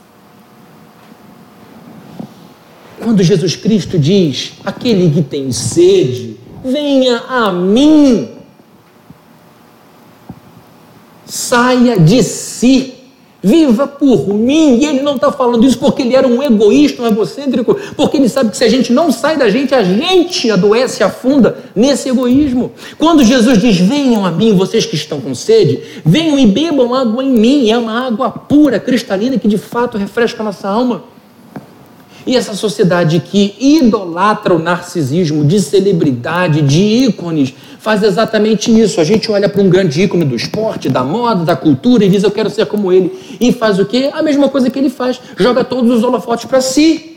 Speaker 1: Quando Jesus Cristo diz, aquele que tem sede, venha a mim. Saia de si, Viva por mim. E ele não está falando isso porque ele era um egoísta, um egocêntrico, porque ele sabe que se a gente não sai da gente, a gente adoece, afunda nesse egoísmo. Quando Jesus diz, venham a mim, vocês que estão com sede, venham e bebam água em mim. É uma água pura, cristalina, que de fato refresca a nossa alma. E essa sociedade que idolatra o narcisismo de celebridade, de ícones, faz exatamente isso. A gente olha para um grande ícone do esporte, da moda, da cultura e diz, eu quero ser como ele. E faz o quê? A mesma coisa que ele faz. Joga todos os holofotes para si.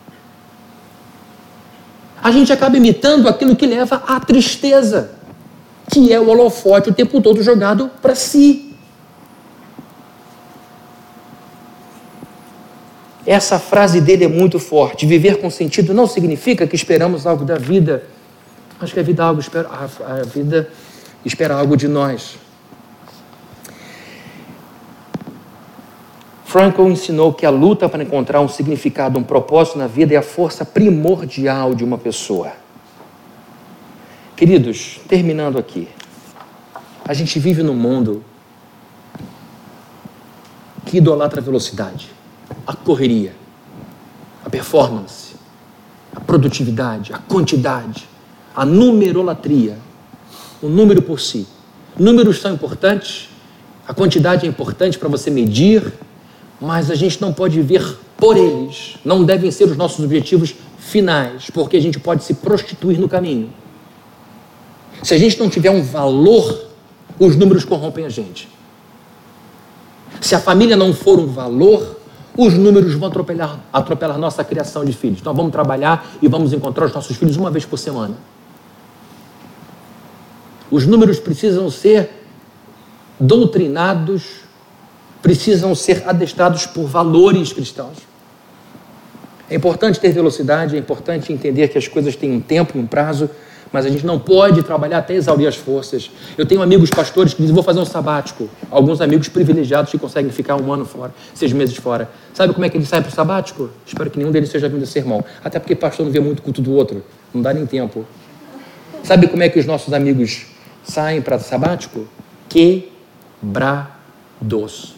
Speaker 1: A gente acaba imitando aquilo que leva à tristeza, que é o holofote o tempo todo jogado para si. Essa frase dele é muito forte. Viver com sentido não significa que esperamos algo da vida, mas que a vida espera algo de nós. Frankl ensinou que a luta para encontrar um significado, um propósito na vida é a força primordial de uma pessoa. Queridos, terminando aqui, a gente vive num mundo que idolatra a velocidade, a correria, a performance, a produtividade, a quantidade, a numerolatria, o número por si. Números são importantes, a quantidade é importante para você medir, mas a gente não pode viver por eles. Não devem ser os nossos objetivos finais, porque a gente pode se prostituir no caminho. Se a gente não tiver um valor, os números corrompem a gente. Se a família não for um valor, os números vão atropelar nossa criação de filhos. Então vamos trabalhar e vamos encontrar os nossos filhos uma vez por semana. Os números precisam ser doutrinados, precisam ser adestrados por valores cristãos. É importante ter velocidade, é importante entender que as coisas têm um tempo e um prazo, mas a gente não pode trabalhar até exaurir as forças. Eu tenho amigos pastores que dizem, vou fazer um sabático. Alguns amigos privilegiados que conseguem ficar 1 ano fora, 6 meses fora. Sabe como é que eles saem para o sabático? Espero que nenhum deles seja vindo a sermão. Até porque pastor não vê muito culto do outro. Não dá nem tempo. Sabe como é que os nossos amigos saem para o sabático? Quebrados.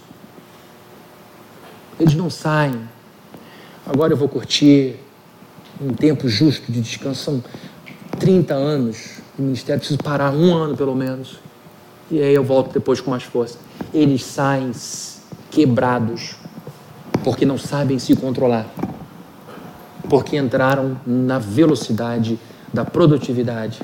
Speaker 1: Eles não saem. Agora eu vou curtir um tempo justo de descanso. São 30 anos de ministério, preciso parar 1 ano pelo menos. E aí eu volto depois com mais força. Eles saem quebrados, porque não sabem se controlar. Porque entraram na velocidade da produtividade.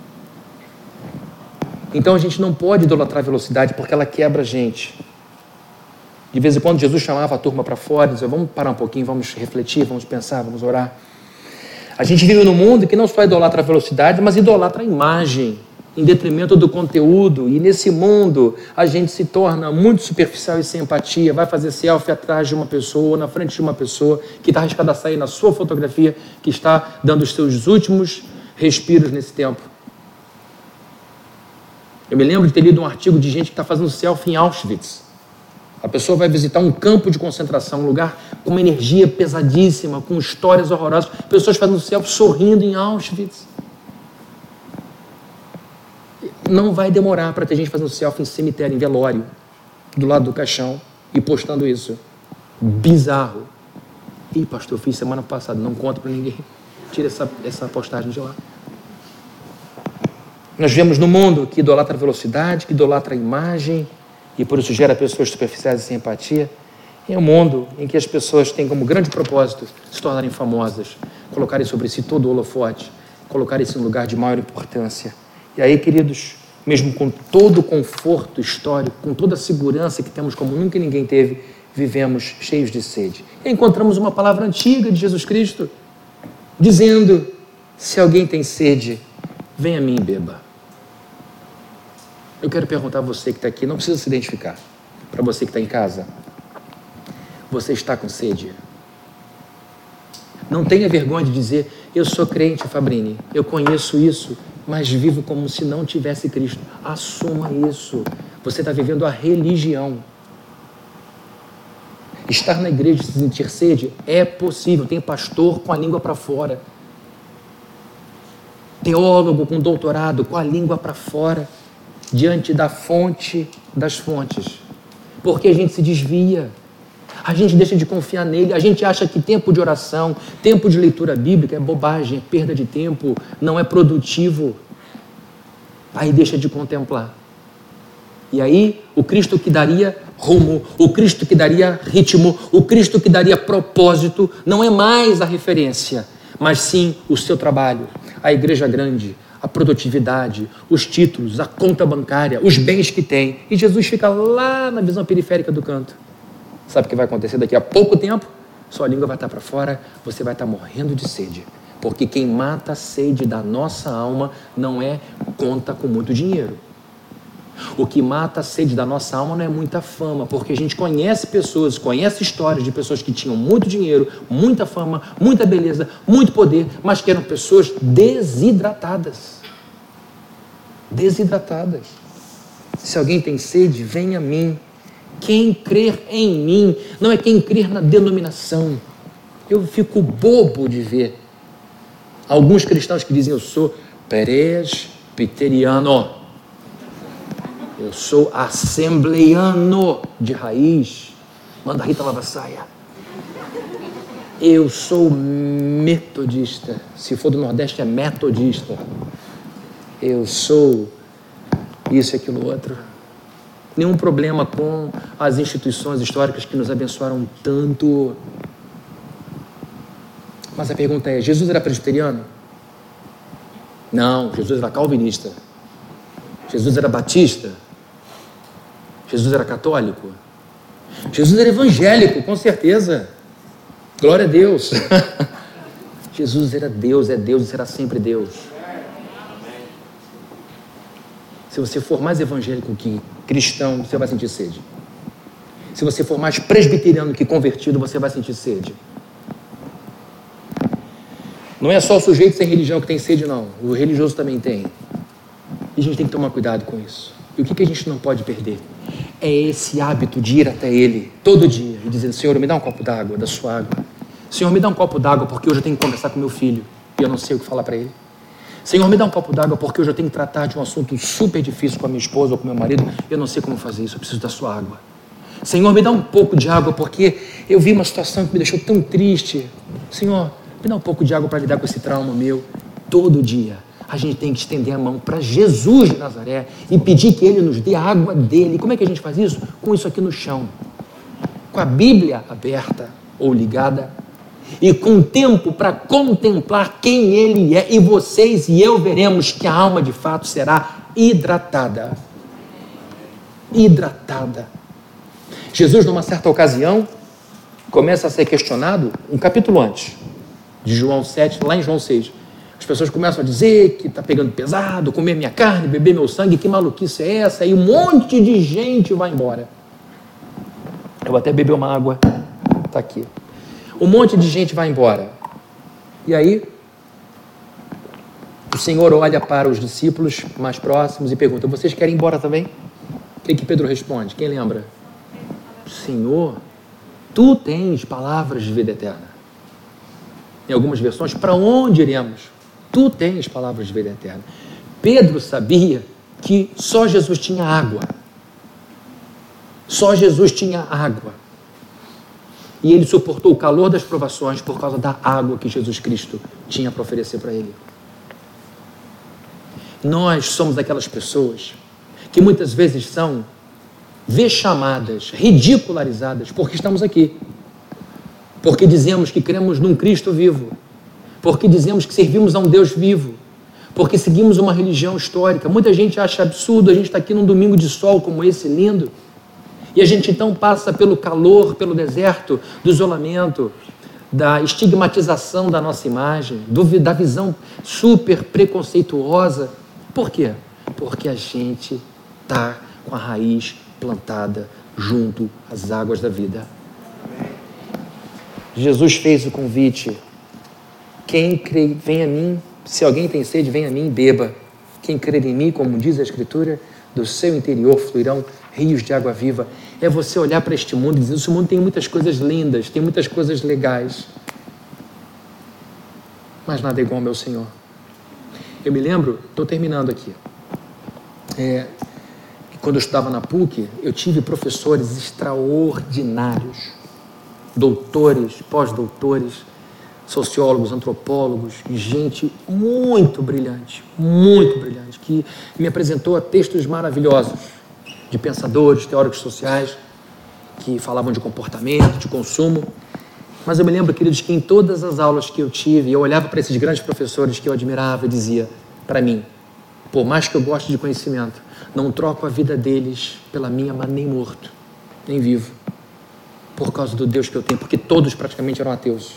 Speaker 1: Então a gente não pode idolatrar a velocidade, porque ela quebra a gente. De vez em quando Jesus chamava a turma para fora e dizia, vamos parar um pouquinho, vamos refletir, vamos pensar, vamos orar. A gente vive num mundo que não só idolatra a velocidade, mas idolatra a imagem, em detrimento do conteúdo. E nesse mundo, a gente se torna muito superficial e sem empatia. Vai fazer selfie atrás de uma pessoa, ou na frente de uma pessoa, que está arriscada a sair na sua fotografia, que está dando os seus últimos respiros nesse tempo. Eu me lembro de ter lido um artigo de gente que está fazendo selfie em Auschwitz. A pessoa vai visitar um campo de concentração, um lugar com uma energia pesadíssima, com histórias horrorosas. Pessoas fazendo selfie sorrindo em Auschwitz. Não vai demorar para ter gente fazendo selfie em cemitério, em velório, do lado do caixão, e postando isso. Bizarro. Ih, pastor, eu fiz semana passada, não conta para ninguém. Tira essa postagem de lá. Nós vivemos num mundo que idolatra a velocidade, que idolatra a imagem, e por isso gera pessoas superficiais e sem empatia. É um mundo em que as pessoas têm como grande propósito se tornarem famosas, colocarem sobre si todo o holofote, colocarem isso em lugar de maior importância. E aí, queridos, mesmo com todo o conforto histórico, com toda a segurança que temos como nunca ninguém teve, vivemos cheios de sede. E encontramos uma palavra antiga de Jesus Cristo, dizendo, se alguém tem sede, venha a mim e beba. Eu quero perguntar a você que está aqui, não precisa se identificar, para você que está em casa, você está com sede? Não tenha vergonha de dizer, eu sou crente, Fabrini, eu conheço isso, mas vivo como se não tivesse Cristo. Assuma isso. Você está vivendo a religião. Estar na igreja e se sentir sede é possível. Tem pastor com a língua para fora, teólogo com doutorado com a língua para fora, diante da fonte das fontes. Porque a gente se desvia. A gente deixa de confiar nele. A gente acha que tempo de oração, tempo de leitura bíblica é bobagem, é perda de tempo, não é produtivo. Aí deixa de contemplar. E aí, o Cristo que daria rumo, o Cristo que daria ritmo, o Cristo que daria propósito, não é mais a referência, mas sim o seu trabalho, a igreja grande, a produtividade, os títulos, a conta bancária, os bens que tem. E Jesus fica lá na visão periférica do canto. Sabe o que vai acontecer daqui a pouco tempo? Sua língua vai estar para fora, você vai estar morrendo de sede. Porque quem mata a sede da nossa alma não é conta com muito dinheiro. O que mata a sede da nossa alma não é muita fama, porque a gente conhece pessoas, conhece histórias de pessoas que tinham muito dinheiro, muita fama, muita beleza, muito poder, mas que eram pessoas desidratadas. Desidratadas. Se alguém tem sede, venha a mim. Quem crer em mim, não é quem crer na denominação. Eu fico bobo de ver alguns cristãos que dizem: eu sou presbiteriano. Eu sou assembleiano de raiz. Manda a Rita Lavassaia. Eu sou metodista. Se for do Nordeste é metodista. Eu sou isso e aquilo outro. Nenhum problema com as instituições históricas que nos abençoaram tanto. Mas a pergunta é: Jesus era presbiteriano? Não, Jesus era calvinista. Jesus era batista? Jesus era católico? Jesus era evangélico, com certeza. Glória a Deus. Jesus era Deus, é Deus e será sempre Deus. Se você for mais evangélico que cristão, você vai sentir sede. Se você for mais presbiteriano que convertido, você vai sentir sede. Não é só o sujeito sem religião que tem sede, não. O religioso também tem. E a gente tem que tomar cuidado com isso. E o que a gente não pode perder? É esse hábito de ir até Ele todo dia e dizer: Senhor, me dá um copo d'água, da sua água. Senhor, me dá um copo d'água porque hoje eu tenho que conversar com meu filho e eu não sei o que falar para ele. Senhor, me dá um copo d'água porque hoje eu tenho que tratar de um assunto super difícil com a minha esposa ou com meu marido e eu não sei como fazer isso, eu preciso da sua água. Senhor, me dá um pouco de água porque eu vi uma situação que me deixou tão triste. Senhor, me dá um pouco de água para lidar com esse trauma meu. Todo dia a gente tem que estender a mão para Jesus de Nazaré e pedir que Ele nos dê a água dele. Como é que a gente faz isso? Com isso aqui no chão, com a Bíblia aberta ou ligada e com tempo para contemplar quem Ele é, e vocês e eu veremos que a alma de fato será hidratada. Hidratada. Jesus, numa certa ocasião, começa a ser questionado um capítulo antes de João 7, lá em João 6. As pessoas começam a dizer que está pegando pesado, comer minha carne, beber meu sangue, que maluquice é essa? E um monte de gente vai embora. Eu vou até beber uma água, está aqui. Um monte de gente vai embora. E aí, o Senhor olha para os discípulos mais próximos e pergunta: vocês querem ir embora também? O que Pedro responde? Quem lembra? Senhor, tu tens palavras de vida eterna. Em algumas versões, para onde iremos? Tu tens palavras de vida eterna. Pedro sabia que só Jesus tinha água. Só Jesus tinha água. E ele suportou o calor das provações por causa da água que Jesus Cristo tinha para oferecer para ele. Nós somos aquelas pessoas que muitas vezes são vexamadas, ridicularizadas, porque estamos aqui. Porque dizemos que cremos num Cristo vivo. Porque dizemos que servimos a um Deus vivo. Porque seguimos uma religião histórica. Muita gente acha absurdo a gente estar aqui num domingo de sol como esse, lindo. E a gente então passa pelo calor, pelo deserto, do isolamento, da estigmatização da nossa imagem, da visão super preconceituosa. Por quê? Porque a gente está com a raiz plantada junto às águas da vida. Jesus fez o convite: quem crê, vem a mim. Se alguém tem sede, vem a mim e beba. Quem crer em mim, como diz a Escritura, do seu interior fluirão rios de água viva. É você olhar para este mundo e dizer: esse mundo tem muitas coisas lindas, tem muitas coisas legais, mas nada é igual ao meu Senhor. Eu me lembro, estou terminando aqui, Quando eu estudava na PUC, eu tive professores extraordinários, doutores, pós-doutores, sociólogos, antropólogos, e gente muito brilhante, que me apresentou a textos maravilhosos de pensadores, teóricos sociais, que falavam de comportamento, de consumo. Mas eu me lembro, queridos, que em todas as aulas que eu tive, eu olhava para esses grandes professores que eu admirava e dizia para mim, por mais que eu goste de conhecimento, não troco a vida deles pela minha, mas nem morto, nem vivo, por causa do Deus que eu tenho, porque todos praticamente eram ateus.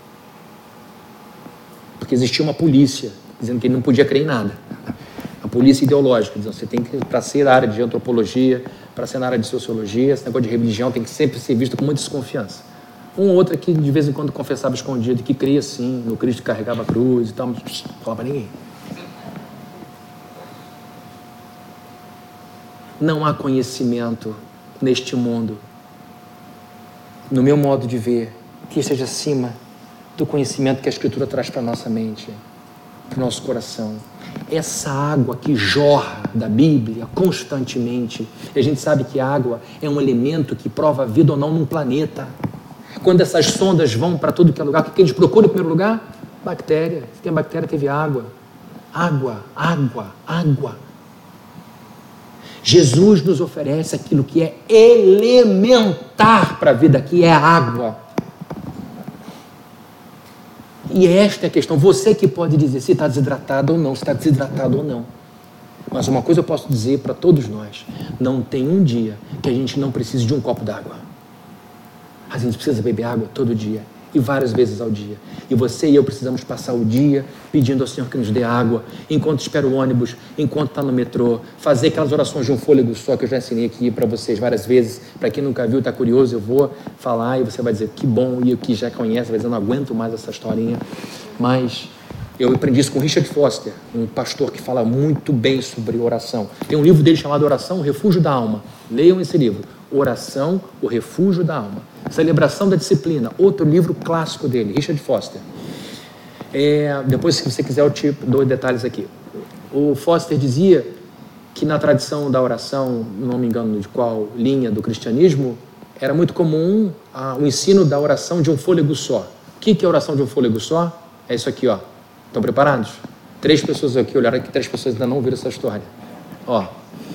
Speaker 1: Porque existia uma polícia dizendo que ele não podia crer em nada. A polícia ideológica, dizendo que você tem que, para ser na área de antropologia, para ser na área de sociologia, esse negócio de religião tem que sempre ser visto com muita desconfiança. Um ou outro que de vez em quando confessava escondido que cria sim, no Cristo que carregava a cruz e tal, mas não falava para ninguém. Não há conhecimento neste mundo, no meu modo de ver, que esteja acima do conhecimento que a Escritura traz para a nossa mente, para o nosso coração. Essa água que jorra da Bíblia constantemente, e a gente sabe que a água é um elemento que prova a vida ou não num planeta. Quando essas sondas vão para tudo que é lugar, o que eles procuram em primeiro lugar? Bactéria. Se tem bactéria, teve água. Água, água, água. Jesus nos oferece aquilo que é elementar para a vida, que é a água. E esta é a questão. Você que pode dizer se está desidratado ou não, se está desidratado ou não. Mas uma coisa eu posso dizer para todos nós: não tem um dia que a gente não precise de um copo d'água. A gente precisa beber água todo dia e várias vezes ao dia. E você e eu precisamos passar o dia pedindo ao Senhor que nos dê água, enquanto espera o ônibus, enquanto está no metrô, fazer aquelas orações de um fôlego só que eu já ensinei aqui para vocês várias vezes. Para quem nunca viu, está curioso, eu vou falar e você vai dizer que bom, e o que já conhece vai dizer, não aguento mais essa historinha. Mas eu aprendi isso com Richard Foster, um pastor que fala muito bem sobre oração. Tem um livro dele chamado Oração, o Refúgio da Alma. Leiam esse livro. Oração, o Refúgio da Alma. Celebração da Disciplina, outro livro clássico dele, Richard Foster. Depois, se você quiser, eu te dou detalhes aqui. O Foster dizia que na tradição da oração, não me engano de qual linha do cristianismo, era muito comum o ensino da oração de um fôlego só. O que é a oração de um fôlego só? É isso aqui, ó. Estão preparados? 3 pessoas aqui olharam aqui, 3 pessoas ainda não viram essa história. Ó.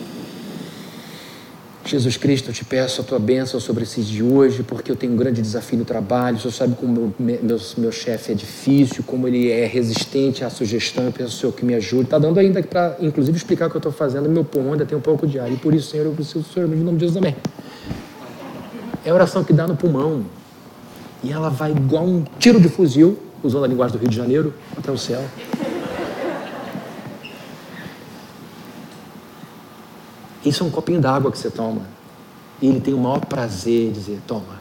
Speaker 1: Jesus Cristo, eu te peço a tua bênção sobre esse dia de hoje, porque eu tenho um grande desafio no trabalho. O Senhor sabe como meu chefe é difícil, como ele é resistente à sugestão. Eu peço ao Senhor que me ajude. Está dando ainda para, inclusive, explicar o que eu estou fazendo. Meu pulmão ainda tem um pouco de ar. E por isso, Senhor, eu preciso do Senhor, em nome de Jesus, amém. É a oração que dá no pulmão. E ela vai igual um tiro de fuzil, usando a linguagem do Rio de Janeiro, até o céu. Isso é um copinho d'água que você toma. E ele tem o maior prazer em dizer, toma,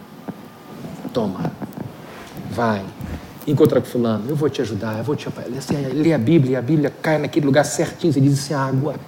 Speaker 1: vai, encontra com fulano, eu vou te ajudar, eu vou te apoiar. Você lê a Bíblia e a Bíblia cai naquele lugar certinho, você diz assim, água.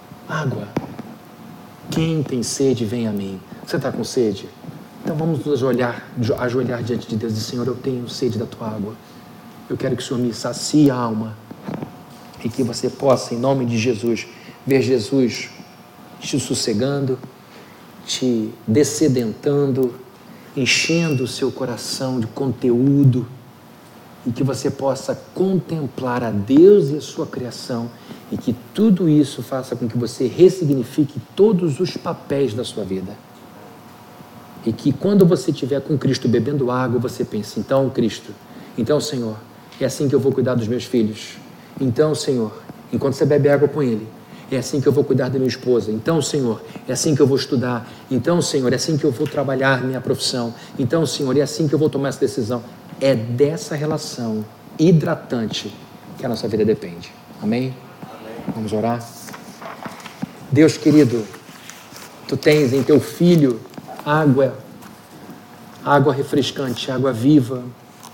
Speaker 1: Quem tem sede, vem a mim. Você está com sede? Então vamos nos ajoelhar diante de Deus e dizer, Senhor, eu tenho sede da tua água. Eu quero que o Senhor me sacie a alma. E que você possa, em nome de Jesus, ver Jesus te sossegando, te dessedentando, enchendo o seu coração de conteúdo, e que você possa contemplar a Deus e a sua criação, e que tudo isso faça com que você ressignifique todos os papéis da sua vida. E que quando você estiver com Cristo bebendo água, você pense, então Cristo, então Senhor, é assim que eu vou cuidar dos meus filhos. Então Senhor, enquanto você bebe água com Ele, é assim que eu vou cuidar da minha esposa. Então, Senhor, é assim que eu vou estudar. Então, Senhor, é assim que eu vou trabalhar minha profissão. Então, Senhor, é assim que eu vou tomar essa decisão. É dessa relação hidratante que a nossa vida depende. Amém? Vamos orar? Deus querido, Tu tens em Teu Filho água refrescante, água viva.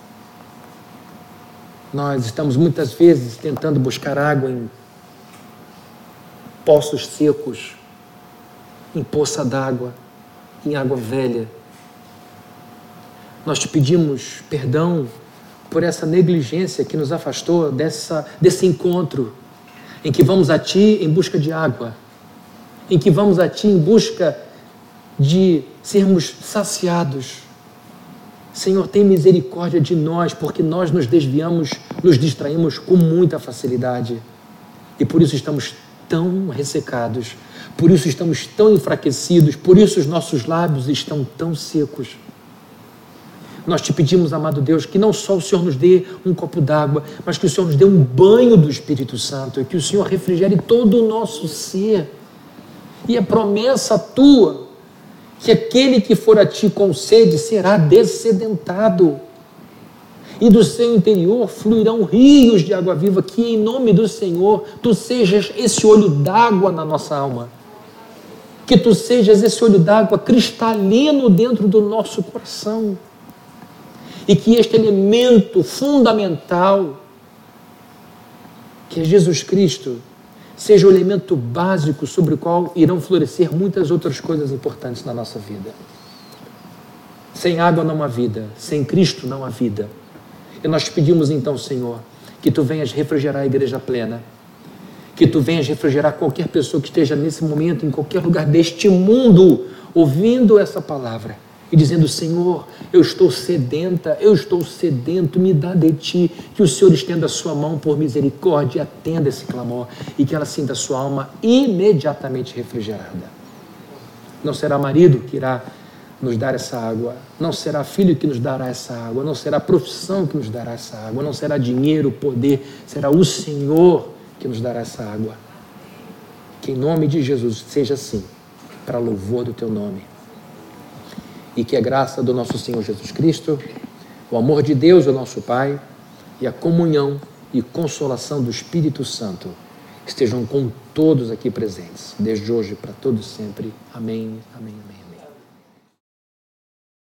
Speaker 1: Nós estamos muitas vezes tentando buscar água em poços secos, em poça d'água, em água velha. Nós te pedimos perdão por essa negligência que nos afastou desse encontro, em que vamos a Ti em busca de água, em que vamos a Ti em busca de sermos saciados. Senhor, tem misericórdia de nós, porque nós nos desviamos, nos distraímos com muita facilidade. E por isso estamos tão ressecados, por isso estamos tão enfraquecidos, por isso os nossos lábios estão tão secos. Nós te pedimos, amado Deus, que não só o Senhor nos dê um copo d'água, mas que o Senhor nos dê um banho do Espírito Santo, e que o Senhor refrigere todo o nosso ser. E a promessa tua, que aquele que for a ti com sede será dessedentado, e do seu interior fluirão rios de água viva. Que em nome do Senhor tu sejas esse olho d'água na nossa alma, que tu sejas esse olho d'água cristalino dentro do nosso coração, e que este elemento fundamental, que é Jesus Cristo, seja o elemento básico sobre o qual irão florescer muitas outras coisas importantes na nossa vida. Sem água não há vida, sem Cristo não há vida. E nós te pedimos então, Senhor, que tu venhas refrigerar a igreja plena, que tu venhas refrigerar qualquer pessoa que esteja nesse momento, em qualquer lugar deste mundo, ouvindo essa palavra e dizendo: Senhor, eu estou sedenta, eu estou sedento, me dá de ti. Que o Senhor estenda a sua mão por misericórdia e atenda esse clamor, e que ela sinta a sua alma imediatamente refrigerada. Não será marido que irá nos dar essa água, não será filho que nos dará essa água, não será profissão que nos dará essa água, não será dinheiro, poder, será o Senhor que nos dará essa água. Que em nome de Jesus seja assim, para louvor do teu nome. E que a graça do nosso Senhor Jesus Cristo, o amor de Deus, o nosso Pai, e a comunhão e consolação do Espírito Santo estejam com todos aqui presentes, desde hoje para todos sempre. Amém, amém, amém.